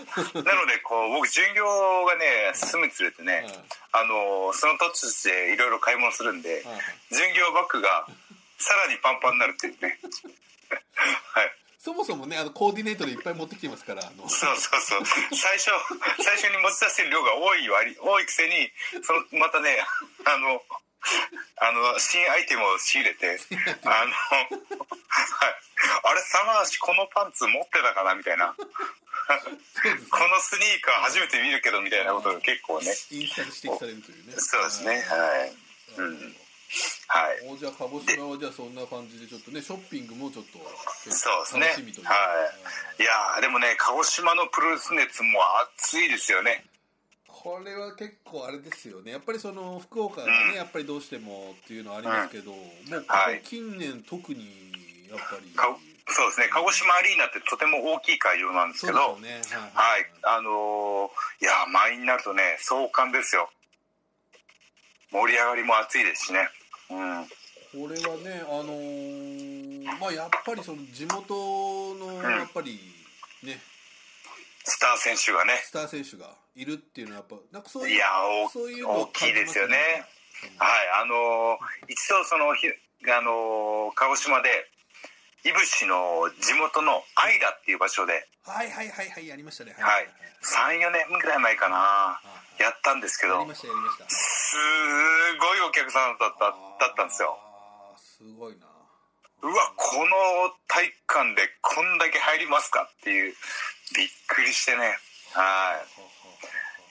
なのでこう僕巡業がね進むにつれてね、はい、あのその土地でいろいろ買い物するんで、はい、巡業バッグがさらにパンパンになるっていうねはい、 そもそもね、あのコーディネートでいっぱい持ってきてますから、あのそうそうそう、最初最初に持ち出してる量が多い割多いくせに、そのまたね、あのあの新アイテムを仕入れて、あの、はい、あれ玉橋このパンツ持ってたかなみたいな、このスニーカー初めて見るけどみたいなことが結構ね、 インスタで指摘されるというね。 そうですね、はい、うん、はい。 お、じゃあ鹿児島はじゃあそんな感じでちょっとね、ショッピングもちょっとそうですね、はい、いやでもね鹿児島のプロレス熱も熱いですよね。 これは結構あれですよね、やっぱりその福岡がね、うん、やっぱりどうしてもっていうのはありますけど、うん、もうここ近年特にやっぱり、 はい、そうですね、鹿児島アリーナってとても大きい会場なんですけど、 そうですよね、 はい、はい、あのー、いや満員になるとね壮観ですよ。盛り上がりも熱いですしね、うん、 これはね、あのー、まあやっぱりその地元のやっぱりね、うん、 スター選手がねスター選手がいるっていうのはやっぱなんかそういう、 いやそういうの大きいですよね。はい、あのー、一度そのひあのー、鹿児島でいぶしの地元のアイラっていう場所で、 はいはいはいはい、やりましたね。 はい、さん、よねんぐらい前かな、やったんですけど、 やりましたやりました。 すごいお客さんだっただったんですよ。 あ、すごいな。 うわ、この体育館でこんだけ入りますかっていう、びっくりしてね、はい、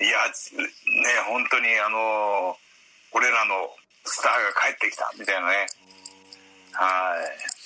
いやね、本当にあの俺らのスターが帰ってきたみたいなね、はい、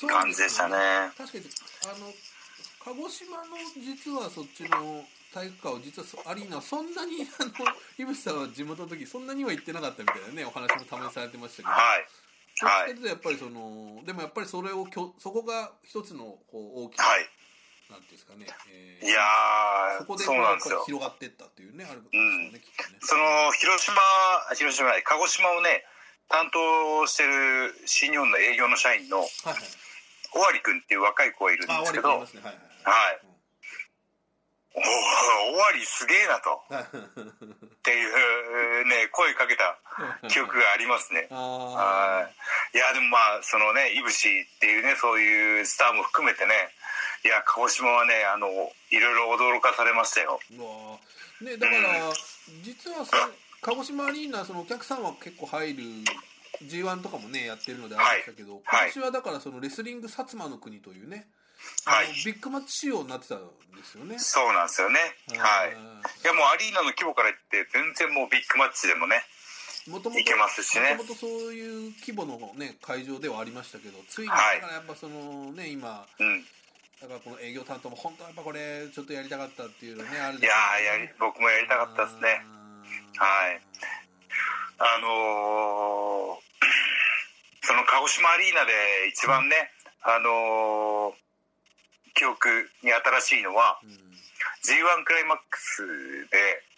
ね、感じでしたね。 確かにあの鹿児島の実はそっちの体育館を実はアリーナそんなにあの井渕さんは地元の時そんなには行ってなかったみたいなねお話もたまにされてましたけど、 はいはい、やっぱりそのでもやっぱりそれをそこが一つのこう大きな、 はい、 なんていうんですかね、えー、いやーそこでこうやっぱり広がっていったっていうね、あるんですよね、 うん、 きっとね。 その広島広島鹿児島をね担当してる新日本の営業の社員の尾張君っていう若い子がいるんですけど、はいはいはい、はい、おお、尾張すげえなとっていうね声かけた記憶がありますね。はい、いやでもまあそのねいぶしっていうねそういうスターも含めてね、いや鹿児島はねあのいろいろ驚かされましたよ。 ね、だから、うん、実はその鹿児島アリーナそのお客さんは結構入る ジーワン とかもねやってるのでありましたけど、はい、今年はだからそのレスリング薩摩の国というね、はい、ビッグマッチ仕様になってたんですよね。 そうなんですよね。はい。いやもうアリーナの規模から言って全然もうビッグマッチでもねもともといけますしね。 もともとそういう規模のね会場ではありましたけど、ついにだからやっぱそのね今、うん、だからこの営業担当も本当はやっぱこれちょっとやりたかったっていうのねあるんですよね。いややり僕もやりたかったですね。はい。あのー、その鹿児島アリーナで一番ね、うん、あのー、記憶に新しいのは、うん、ジーワン クライマックスで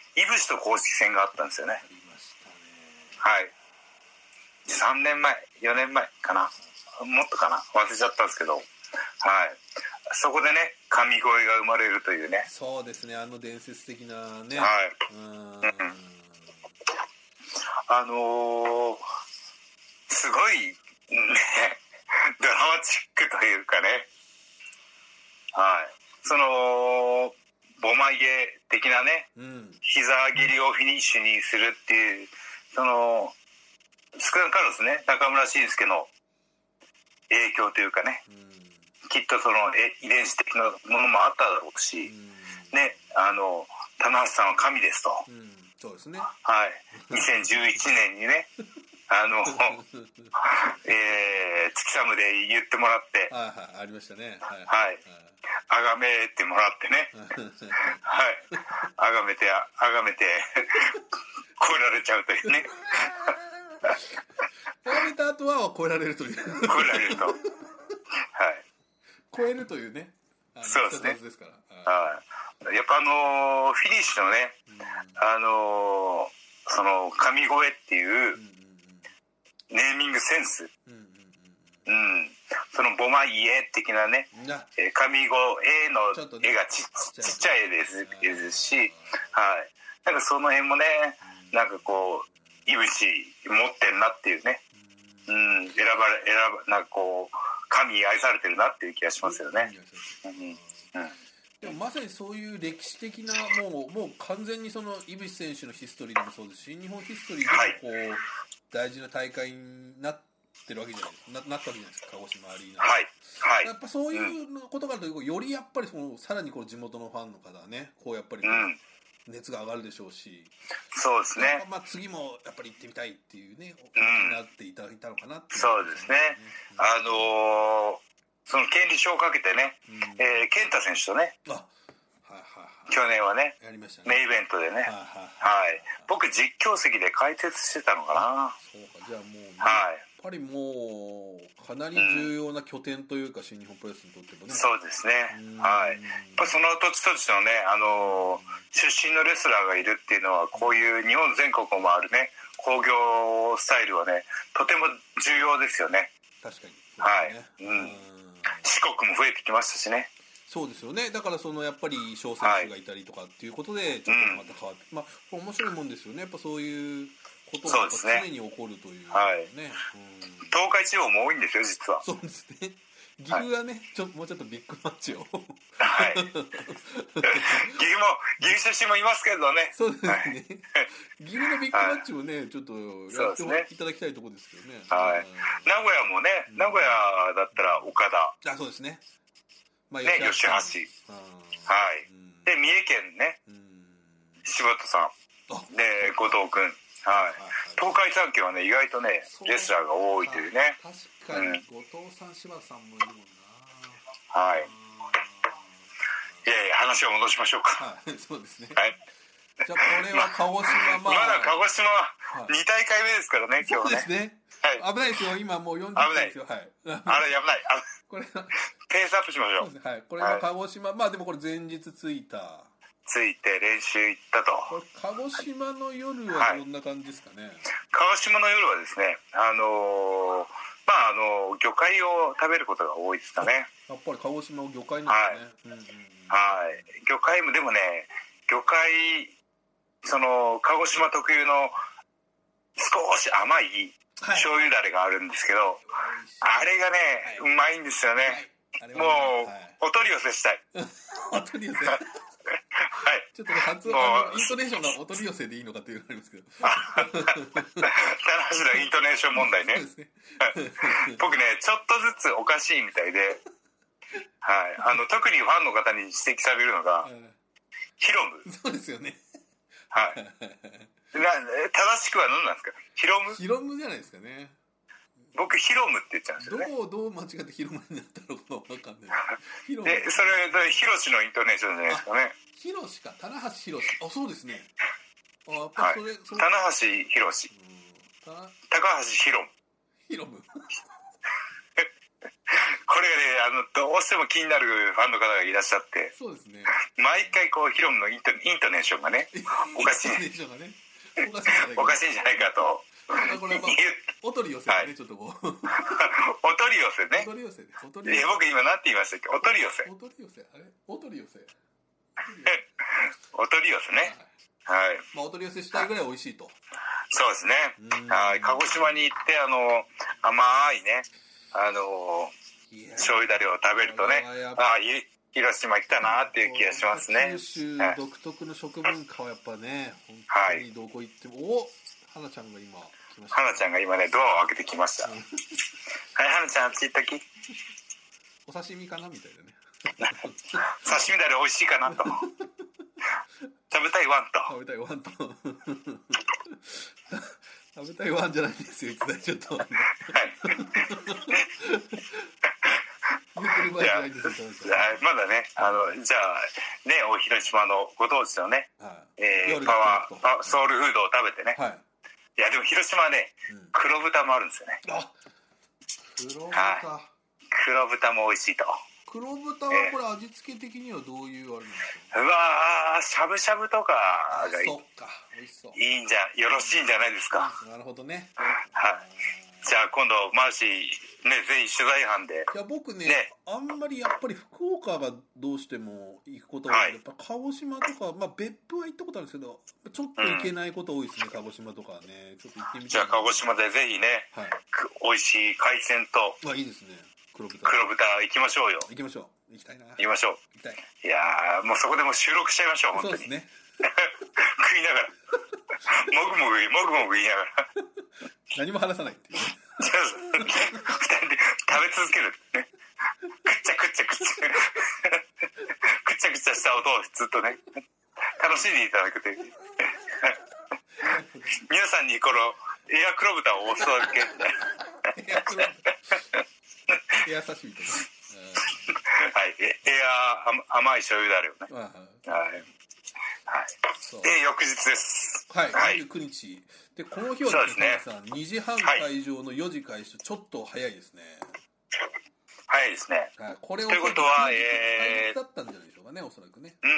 いぶしと公式戦があったんですよね。 ありましたね。 はい。さんねんまえ、よねんまえかな。もっとかな。忘れちゃったんですけど。はい。そこでね、神越が生まれるというね。 そうですね、あの伝説的なね。 はい。 うん。 あのー、すごい、ね、ドラマチックというかね。はい。その、ボマイエ的なね、うん、膝蹴りをフィニッシュにするっていう、その、少なからずね、中村慎介の影響というかね、うん、きっとその遺伝子的なものもあっただろうし、うん、ね、あの、棚橋さんは神ですと。うん、 そうですね。 はい。にせんじゅういちねんにね、あの、えー、月寒で言ってもらって、 はいはい、ありましたね。はい。 はい。あがめてもらってね。はい。あがめて、あがめて、超えられちゃうというね。 あがめた後は超えられるという。 超えられると。はい。 超えるというね。 そうですね。ですから。はい。やっぱあのー、フィニッシュのね、あのー、その、神声っていう、ネーミングセンス。うん。そのボマイエ的なね、神語絵の絵が ち, ちっちゃい絵ですですし、はい、なんかその辺もね、なんかこういぶし持ってんなっていうね、うん、選ばれ選ばなんかこう神に愛されてるなっていう気がしますよね。うんうん、でもまさにそういう歴史的なもうもう完全にそのいぶし選手のヒストリーでもそうですし、日本ヒストリーでもこう、はい、大事な大会になってってるわけじゃないですか な, なったわけじゃないですか、鹿児島アリーナ。 はいはい。 やっぱそういうことからというと、よりやっぱりそのさらにこう地元のファンの方はね、こうやっぱりこう熱が上がるでしょうし、 そうですね。 まあ次もやっぱり行ってみたいっていうね、うん、なっていただいたのかなっていう、ね。 そうですね。うん、あのー、その権利書をかけてね、うん、えー、健太選手とね。あ。去年はね、 やりましたね、 メイベントでね、はい、はいはい、僕実況席で解説してたのかな。 そうか、じゃあもう、ね、 はい、 やっぱりもうかなり重要な拠点というか、うん、新日本プロレスにとってもね。 そうですね、はい、やっぱその土地土地のね、あのー、出身のレスラーがいるっていうのは、こういう日本全国を回るね興行スタイルはね、とても重要ですよね。 確かに、 ね、はい、うん、四国も増えてきましたしね。 そうですよね。だからそのやっぱり小選手がいたりとかっていうことでちょっとまた変わって、うん、まあ面白いもんですよね。やっぱそういうことが常に起こるというね。はい、うん、 東海地方も多いんですよ実は。 そうですね。岐阜はね、はい、ちょもうちょっとビッグマッチを。 はい。岐阜も岐阜出身もいますけどね。 そうですね。はい、岐阜のビッグマッチもね、はい、ちょっとやっていただきたいところですけどね。 はい。名古屋もね、名古屋だったら岡田。 あ、そうですね。 まあ、ね、吉橋、はい、で三重県ね、柴田さんで後藤君、はい、東海三県はね意外とねレスラーが多いというね。 確かに後藤さん、柴田さんもいるもんな。 はい。いやいや話を戻しましょうか。 はい、そうですね。はい。じゃあこれは鹿児島、まあ、 まだ鹿児島はに大会目ですからね、今日ね。 そうですね。はい、危ないですよ、今もうよんじゅっぷんですよ。はい。 あれ危ない。 これペースアップしましょう。 そうですね、はい。これが鹿児島、はい、まあでもこれ前日着いた。 着いて練習行ったと。 これ鹿児島の夜はどんな感じですかね。はい、 鹿児島の夜はですね、あのー、まああの魚介を食べることが多いですかね。 やっぱり鹿児島魚介なんですね。はい。うんうんうん、 はい。魚介もでもね、魚介その鹿児島特有の少し甘い醤油だれがあるんですけど、はい、あれがね、はい、うまいんですよね。はい、もう、はい、お取り寄せしたい。 お取り寄せ。はい。ちょっとね、発音、イントネーションがお取り寄せでいいのかというのがありますけど。 棚橋のイントネーション問題ね。そうですね。僕ね、ちょっとずつおかしいみたいで、はい。あの、特にファンの方に指摘されるのが、ヒロム。 そうですよね。 はい。な正しくは何なんですか。ヒロム。 ヒロムじゃないですかね。 僕ヒロムって言っちゃうんですよね。 どうどう間違ってヒロムになったのか分かんない。 ヒロム。でそれヒロシのイントネーションじゃないですかね。 ヒロシか、棚橋ヒロシ。あ、そうですね。 あ、やっぱそれ、はい、それ棚橋ヒロシ。高橋ヒロム。 ヒロム。 これあのどうしても気になるファンの方がいらっしゃって、 そうですね、 毎回こうヒロムのイント、イントネーションがねおかしいおかしいんじゃないかと。 これは、まあ、お取り寄せね、はい、ちょっとこうお取り寄せね。 お取り寄せね。お取り寄せ。 僕今なんて言いましたっけ？お取り寄せ。 お取り寄せ。あれ？お取り寄せ。 お取り寄せね。はい。はい、 まあお取り寄せしたいぐらい美味しいと。 そうですね。はい。鹿児島に行ってあの甘いね、あの醤油だれを食べるとね、ああ広島来たなっていう気がしますね。 九州独特の食文化はやっぱね、本当にどこ行っても、はい、お、花ちゃんが今来ました。 花ちゃんが今ねドアを開けてきました。はい、花ちゃんあっち行ったき。 お刺身かなみたいなね。 刺身だれ美味しいかなと。食べたいワンと。 食べたいワンと。食べたいワンじゃないんですよ。いつだちょっと。はい。 じゃあ、まだね、あの、じゃあ、ね、お広島のご当地のね、はい、えー、パワーパ、ソウルフードを食べてね。はい。いや、でも広島はね、うん、黒豚もあるんですよね。あ、 黒豚。はい、 黒豚も美味しいと。 黒豚はこれ味付け的にはどういうあれなんですか？ うわー、しゃぶしゃぶとかがいい。 そっか、美味しそう。 いいんじゃ、よろしいんじゃないですか。 なるほどね。 はい。じゃあ今度マーシーね、ぜひ取材班で。 いや僕ね、ね、あんまりやっぱり福岡がどうしても行くことが、はい、やっぱ鹿児島とか、まあ別府は行ったことあるんですけど、ちょっと行けないこと多いですね、うん、鹿児島とかね。ちょっと行ってみたい。 じゃあ鹿児島でぜひね、はい、美味しい海鮮と。 まあいいですね。黒豚。 黒豚行きましょうよ。 行きましょう。行きたいな。 行きましょう。 行きたい。 いやー、もうそこでも収録しちゃいましょう、本当に。 そうですね。 食いながら。もぐもぐ、もぐもぐ言いながら。 何も話さないっていうね。 二人で食べ続けるね。くっちゃくっちゃくっちゃ。くっちゃくちゃした音をずっとね、楽しんでいただくという。皆さんにこのエア黒豚をお裾分け。 エア黒豚。エア刺身とか。 はい、エア甘い醤油だれをね。はい。はい。で翌日です。 はい。はい、にじゅうくにちでこの日はですね、にじはん会場のよじ開始とちょっと早いですね。 早いですね。 はい。これをということはえーだったんじゃないでしょうかね、おそらくね。 うんうん。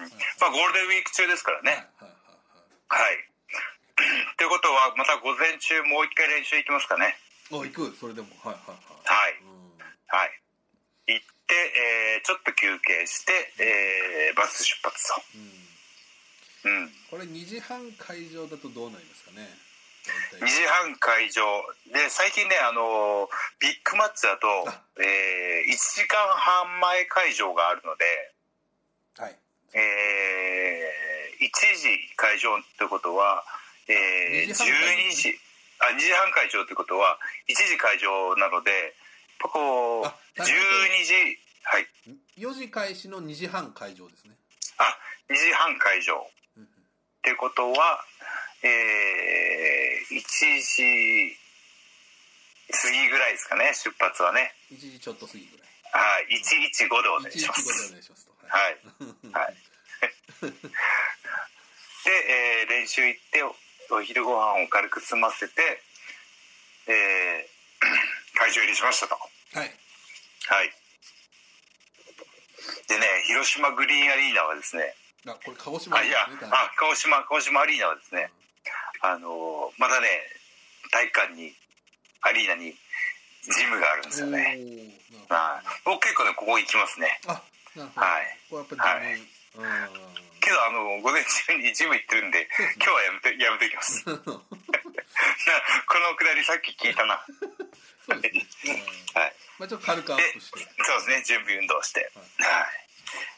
まあゴールデンウィーク中ですからね。はいはいはい。はい。ということはまた午前中もう一回練習行きますかね。 あ、行く。それでもはいはいはい。はい。はい。行って、えー、ちょっと休憩して、えー、バス出発と。うん。うん。 これにじはん会場だとどうなりますかね。 にじはん会場で最近ね、あのビッグマッチだと、えー、いちじかんはん前会場があるので、はい。えー、いちじ会場ってことは、えー、じゅうにじ、あ、にじはん会場ってことはいちじ会場なので、こうじゅうにじ、はい、 よじ開始のにじはん会場ですね。 あ、にじはん会場、うん、ってことは、えー、いちじ過ぎぐらいですかね、出発はね。 いちじちょっと過ぎぐらい。 はい、いちいちごでお願いします。 いちいちごでお願いしますと。 はい。はい。で、えー、練習行ってお昼ご飯を軽く済ませて、えー、会場入りしましたと。はい。はい。でね、広島グリーンアリーナはですね、 あ、これ鹿児島ですね。 あ、いや、あ、鹿児島、鹿児島アリーナはですね、うん、あのまだね、体育館に、アリーナにジムがあるんですよね。あ、僕結構ね、ここ行きますね。あ、なるほど。はい。 ここやっぱり、はい、 けどあの午前中にジム行ってるんで、今日はやめてやめていきます。このくだりさっき聞いたな。 そうですね。はい。まあちょっと軽くアップして。 そうですね、準備運動して、はい。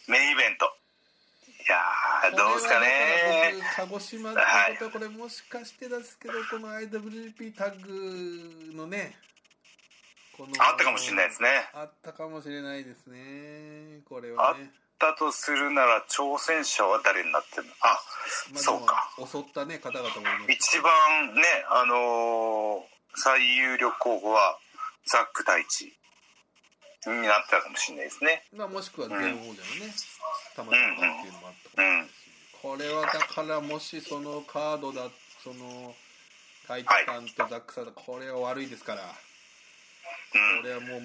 メインイベント。いやー、どうですかね。 僕鹿児島ってことはこれもしかしてですけど、この アイダブリュージーピー タッグのね、 このあったかもしれないですね。 あったかもしれないですね。これはね。 だとするなら挑戦者は誰になってるの？あ、まあ、そうか。 襲ったね方々もいます。 一番ね、あのー、最有力候補はザック太一になったかもしれないですね。 まあもしくは前王者のね、たまたまっていうのもあったかもしれないし、うんうん、これはだからもしそのカードだ、その太一さんとザックさんだ、これは悪いですから、うん、これはもう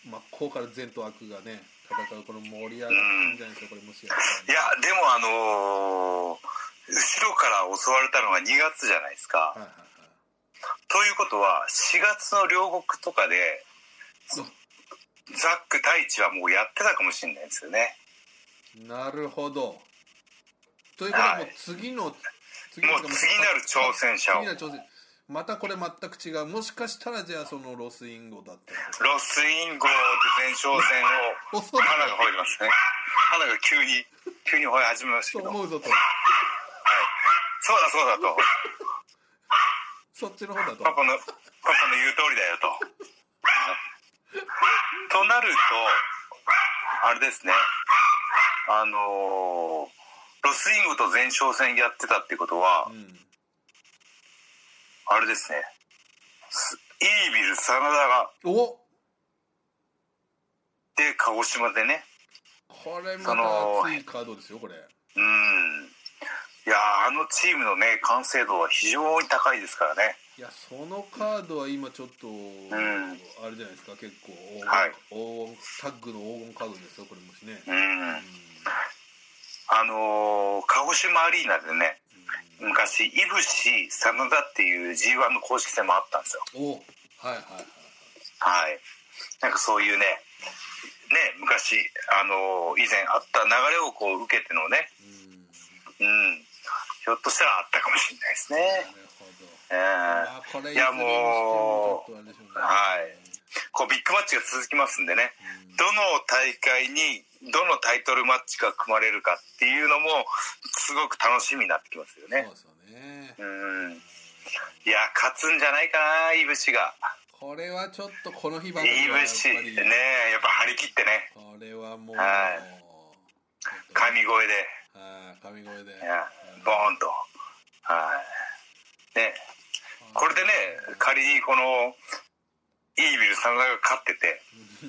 真っ向から善と悪がね戦うこの盛り上がるんじゃないですか、うん、これもしやいやでもあのー、後ろから襲われたのがにがつじゃないですか、はいはいはい、ということはしがつの両国とかでザック太一はもうやってたかもしれないですよね。 なるほど。ということはもう次の、はい、 次のもう次なる挑戦者を次なる挑戦またこれ全く違う、もしかしたらじゃあそのロスインゴだったりロスインゴで前哨戦を花が吠えてますね。花が急に急に吠え始めましたけど、 そう思うぞと、 はい、そうだそうだとそっちの方だとパパのパパの言う通りだよととなるとあれですね、あのー、ロスインゴと前哨戦やってたってことは、うん、あれですね、イービル真田がおで鹿児島でね、 これまた熱いカードですよこれ。 うん、いやあのチームのね完成度は非常に高いですからね。 いやそのカードは今ちょっと、うん、あれじゃないですか、結構黄金、はい、黄金タッグの黄金カードですよこれもしね。うん、うん、 あのー、鹿児島アリーナでね、うん、昔いぶし真田っていう ジーワン の公式戦もあったんですよ。 おはいはいはいはい、なんかそういうねね昔あのー、以前あった流れをこう受けてのね、うん、うん、ひょっとしたらあったかもしれないですね。なるほど、えーまあ、これいやもう、ね、はいこうビッグマッチが続きますんでね、うん、どの大会にどのタイトルマッチが組まれるかっていうのもすごく楽しみになってきますよね。 そうですよね。 うん、いや勝つんじゃないかないぶしが。 これはちょっとこの日ばかりはいぶしねやっぱ張り切ってね、 これはもう、 はい、神声で、 はい、神声でボーンと、はいね、これでね仮にこのイービル真田が勝ってて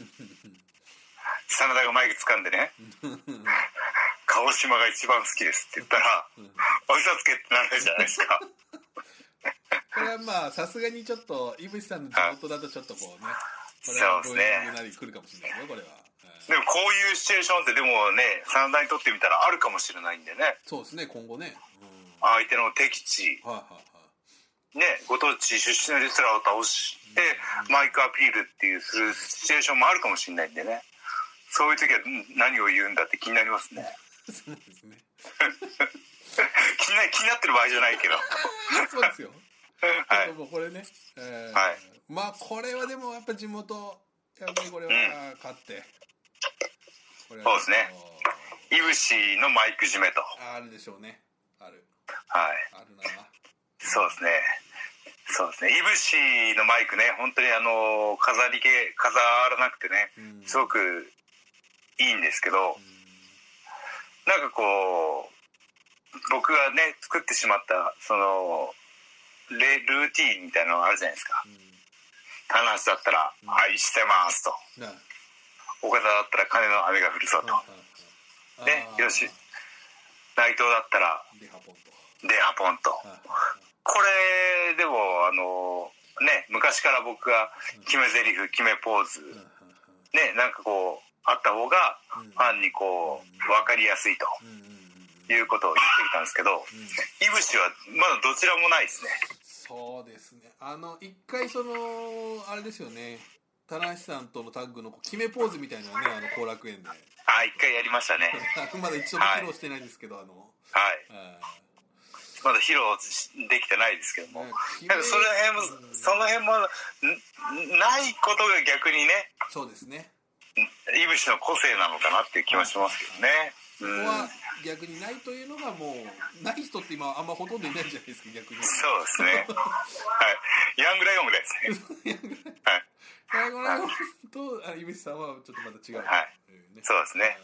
真田がマイク掴んでね鹿児島が一番好きですって言ったらおいさつけってなるじゃないですかこれはまあさすがにちょっと井渕さんの地元だとちょっとこうね、 これはそうですね、なり来るかもしれないですよこれは。 でもこういうシチュエーションってでもね真田にとってみたらあるかもしれないんでね。 そうですね今後ね、 うん、相手の敵地、はいはいはいね、ご当地出身のレスラーを倒して、うん、マイクアピールっていうするシチュエーションもあるかもしれないんでね、そういう時は何を言うんだって気になりますねそうですね気にな気になってる場合じゃないけどそうですよはい、もうこれね、えーはい、まあこれはでもやっぱ地元やっぱりこれは勝って、 うん、これはそうですね、いぶしのマイク締めとあるでしょうね、ある、 はい、 あるな、 そうですね、そうですね、いぶしのマイクね本当にあの飾り気飾らなくてね、うん、すごくいいんですけど、うん、なんかこう僕がね作ってしまったそのルーティーンみたいなのがあるじゃないですか。棚橋、うん、だったら「愛、うん、してます」と、うん、岡田だったら「金の雨が降るぞ」と、うん、ね、よし内藤だったら「デハポン」とデハポンと、これでもあのね昔から僕が決め台詞決めポーズ、ね、なんかこうあった方がファンにこう分かりやすいということを言ってきたんですけど、いぶしはまだどちらもないですね。 そうですね、あの一回そのあれですよね、棚橋さんとのタッグの決めポーズみたいなね、あの後楽園であ一回やりましたねまだ一度も披露してないんですけど、はい、あのはい、まだ披露できてないですけども、ね、なんかその辺も、うん、その辺もないことが逆にね、 そうですね、 いぶしの個性なのかなっていう気はしますけどね。 そこは逆にないというのがもうない人って今あんまほとんどいないじゃないですか逆に。 そうですねはいヤングライオンぐらいですねヤングライオンといぶしさんはちょっとまた違う、 はい、ね、そうですね、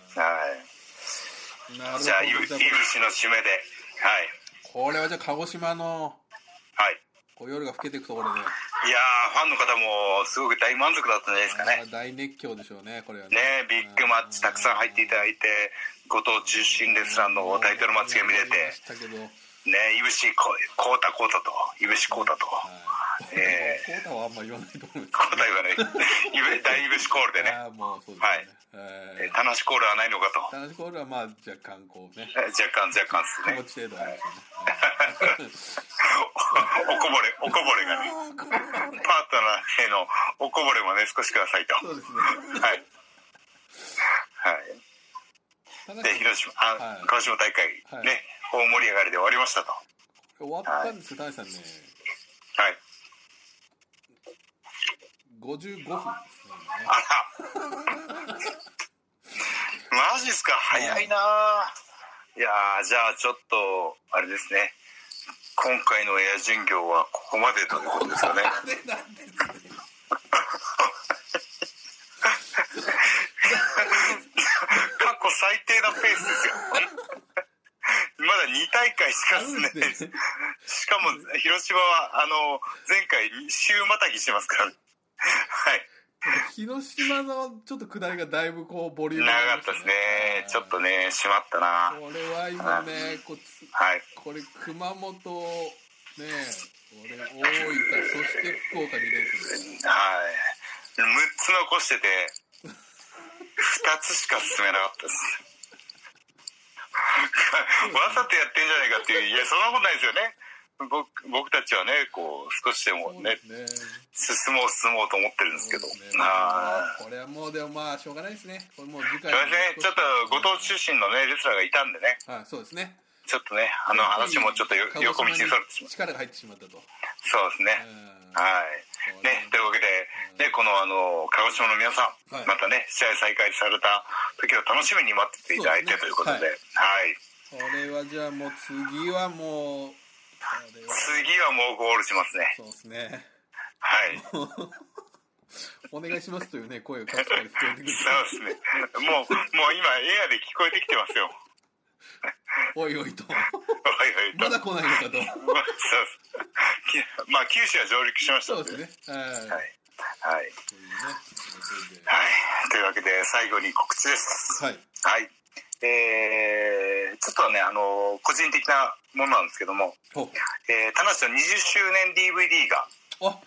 はい、じゃあいぶしの締めで、はい、 これはじゃあ鹿児島のはいこう夜が更けていくところで、いやーファンの方もすごく大満足だったんじゃないですかね。 大熱狂でしょうねこれはね, ねビッグマッチたくさん入っていただいて、ご当地出身レスラーのタイトルマッチが見れて、 ね、いぶしこうたこうたといぶしこうたと、 えー、コータはあんま言わないと思うんですけど、コータ言わない大いぶしコールでね、 あもうそうですね、はい、 えー、楽しコールはないのかと。 楽しコールはまあ若干こうね、 若干若干ですね、 気持ち程度ありますよねおこぼれおこぼれがねパートナーへのおこぼれもね少しくださいと。 そうですね、 はいはい。で広島あ、はい、鹿児島大会、はい、ね大盛り上がりで終わりましたと。 終わったんですよ、はい、谷さんね。 はい。 ごじゅうごふんですね。 あら。マジっすか、早いな。いやー、じゃあちょっとあれですね。今回のエア巡業はここまでということですかね。過去最低なペースですよ。まだに大会しか進んでないです。しかも広島はあの前回週またぎしてますからね。はい。 広島のちょっと下りがだいぶこうボリューム長かったですね。ちょっとね締まったな。 これは今ねこつ、はい、これ熊本ねこれ大分そして福岡に連戦で、 はい、むっつ残しててふたつしか進めなかったです。わざとやってんじゃないかっていう、いやそんなことないですよね。僕, 僕たちはねこう少しでも ね, ね進もう進もうと思ってるんですけど、ね、 あこれはもうでもまあしょうがないですね。これもう次回ねちょっとご当地出身のねレスラーがいたんでね、 はい、そうですね、 ちょっとねあの話もちょっと横道にそれてしまう、 力が入ってしまったと。 そうですね、はいね、というわけで、ね、このあの鹿児島の皆さん、はい、またね試合再開された時を楽しみに待ってていただいて、ね、ということで、はい、 はい、これはじゃあもう次はもう次はもうゴールしますね。 そうですね。 はい。 お願いしますというね声がかすかに聞こえてくる。 そうですね。もうもう今エアで聞こえてきてますよ。 おいおいと。 おいおいと。 まだ来ないのかと。そうです。 まあ九州は上陸しましたので。そうですね。はい。はい。はい。 はい。というわけで最後に告知です。 はい。 はい。えー、ちょっとねあの個人的なものなんですけども、えー、田無のにじゅっしゅうねん ディーブイディー がはい、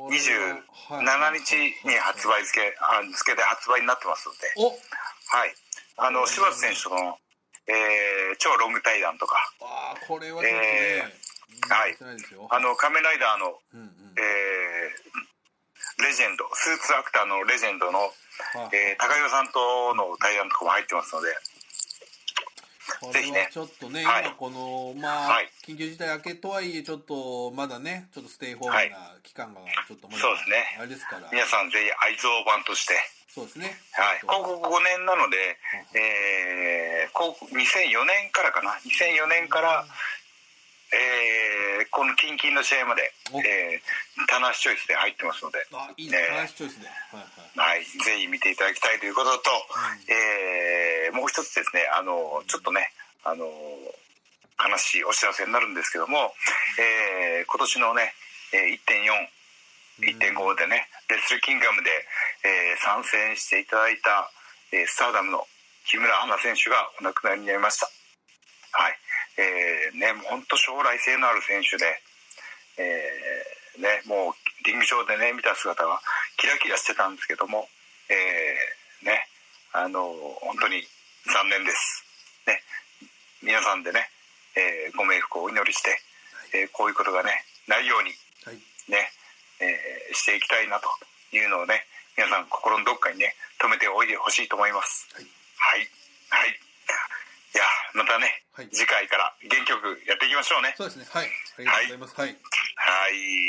にじゅうななにちに発売付け、あ付けで発売になってますので、はい、あの柴田選手との、えー、超ロング対談とか、 あこれはちょっとね、 えー、はい、あの仮面ライダーの、うんうん、えー、レジェンドスーツアクターのレジェンドの、えー、高岩さんとの対談とかも入ってますので、 ぜひね、ちょっとね、はい、今このまあ、はい、緊急事態明けとはいえちょっとまだねちょっとステイホームな期間がちょっとまだ、 そうですね、 あれですから皆さんぜひ愛蔵版として、 そうですね、 はい、広告ごねんなので、えー、にせんよねんからかなにせんよねんから、えー、このキンキンの試合まで、えー、タナシチョイスで入ってますので、 あいいね、えー、タナシチョイスで、 はいはい、はい、ぜひ見ていただきたいということと、うん、えー、もう一つですね、あのちょっとねあの悲しいお知らせになるんですけども、えー、今年のね いってんよん、いってんご でね、レスルキングダムで、えー、参戦していただいた、えー、スターダムの木村花選手がお亡くなりになりました。はい、えーね、もう本当将来性のある選手で、えーね、もうリング上でね見た姿はキラキラしてたんですけども、えーね、あの本当に残念です、ね、皆さんでね、えー、ご冥福をお祈りして、はい、えー、こういうことがねないように、はい、ね、えー、していきたいなというのをね皆さん心のどっかにね留めておいてほしいと思います。はいはいはい、いやまたね、はい、次回から元気よくやっていきましょうね。 そうですね、はい、ありがとうございます。はい、 はい、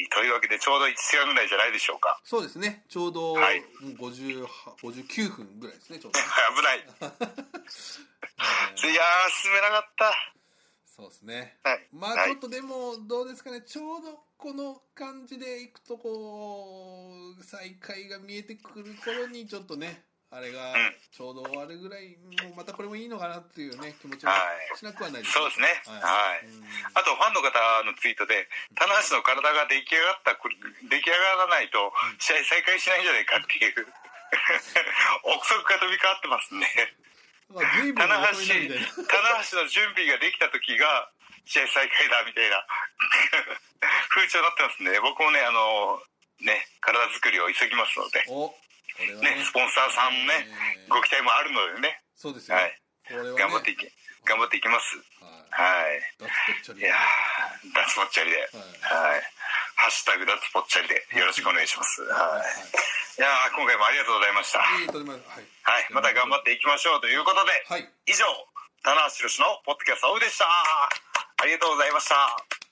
というわけでちょうどいちじかんぐらいじゃないでしょうか。 そうですね、ちょうど、はい、ごじゅう、ごじゅうきゅうふんぐらいですね、ちょうど、ね、 危ないいやー進めなかった。 そうですね、 はい、 まあちょっとでもどうですかね、ちょうどこの感じでいくとこう再開が見えてくる頃にちょっとねあれがちょうど終わるぐらい、もうまたこれもいいのかなっていうね気持ちがしなくはないです、 ね、はい、そうですね、はい、はい、あとファンの方のツイートで棚橋の体が出来上がった出来上がらないと試合再開しないんじゃないかっていう憶測が飛び交ってますね。棚橋棚橋の準備ができた時が試合再開だみたいな風潮になってますんで、ね、僕もねあのね体作りを急ぎますので、おこれは ね, ねスポンサーさんもね、えー、ご期待もあるのでね、 そうですよ、はい、 これはね、頑張っていき頑張っていきます。はい。 脱ぽっちゃり。 いや脱ぽっちゃりで、はい。はい、ハッシュタグ脱ぽっちゃりでよろしくお願いします。はい。はい、いや今回もありがとうございました。 はい。 はい。また頑張っていきましょうということで、はい、以上棚橋宏のポッドキャストオフでした。ありがとうございました。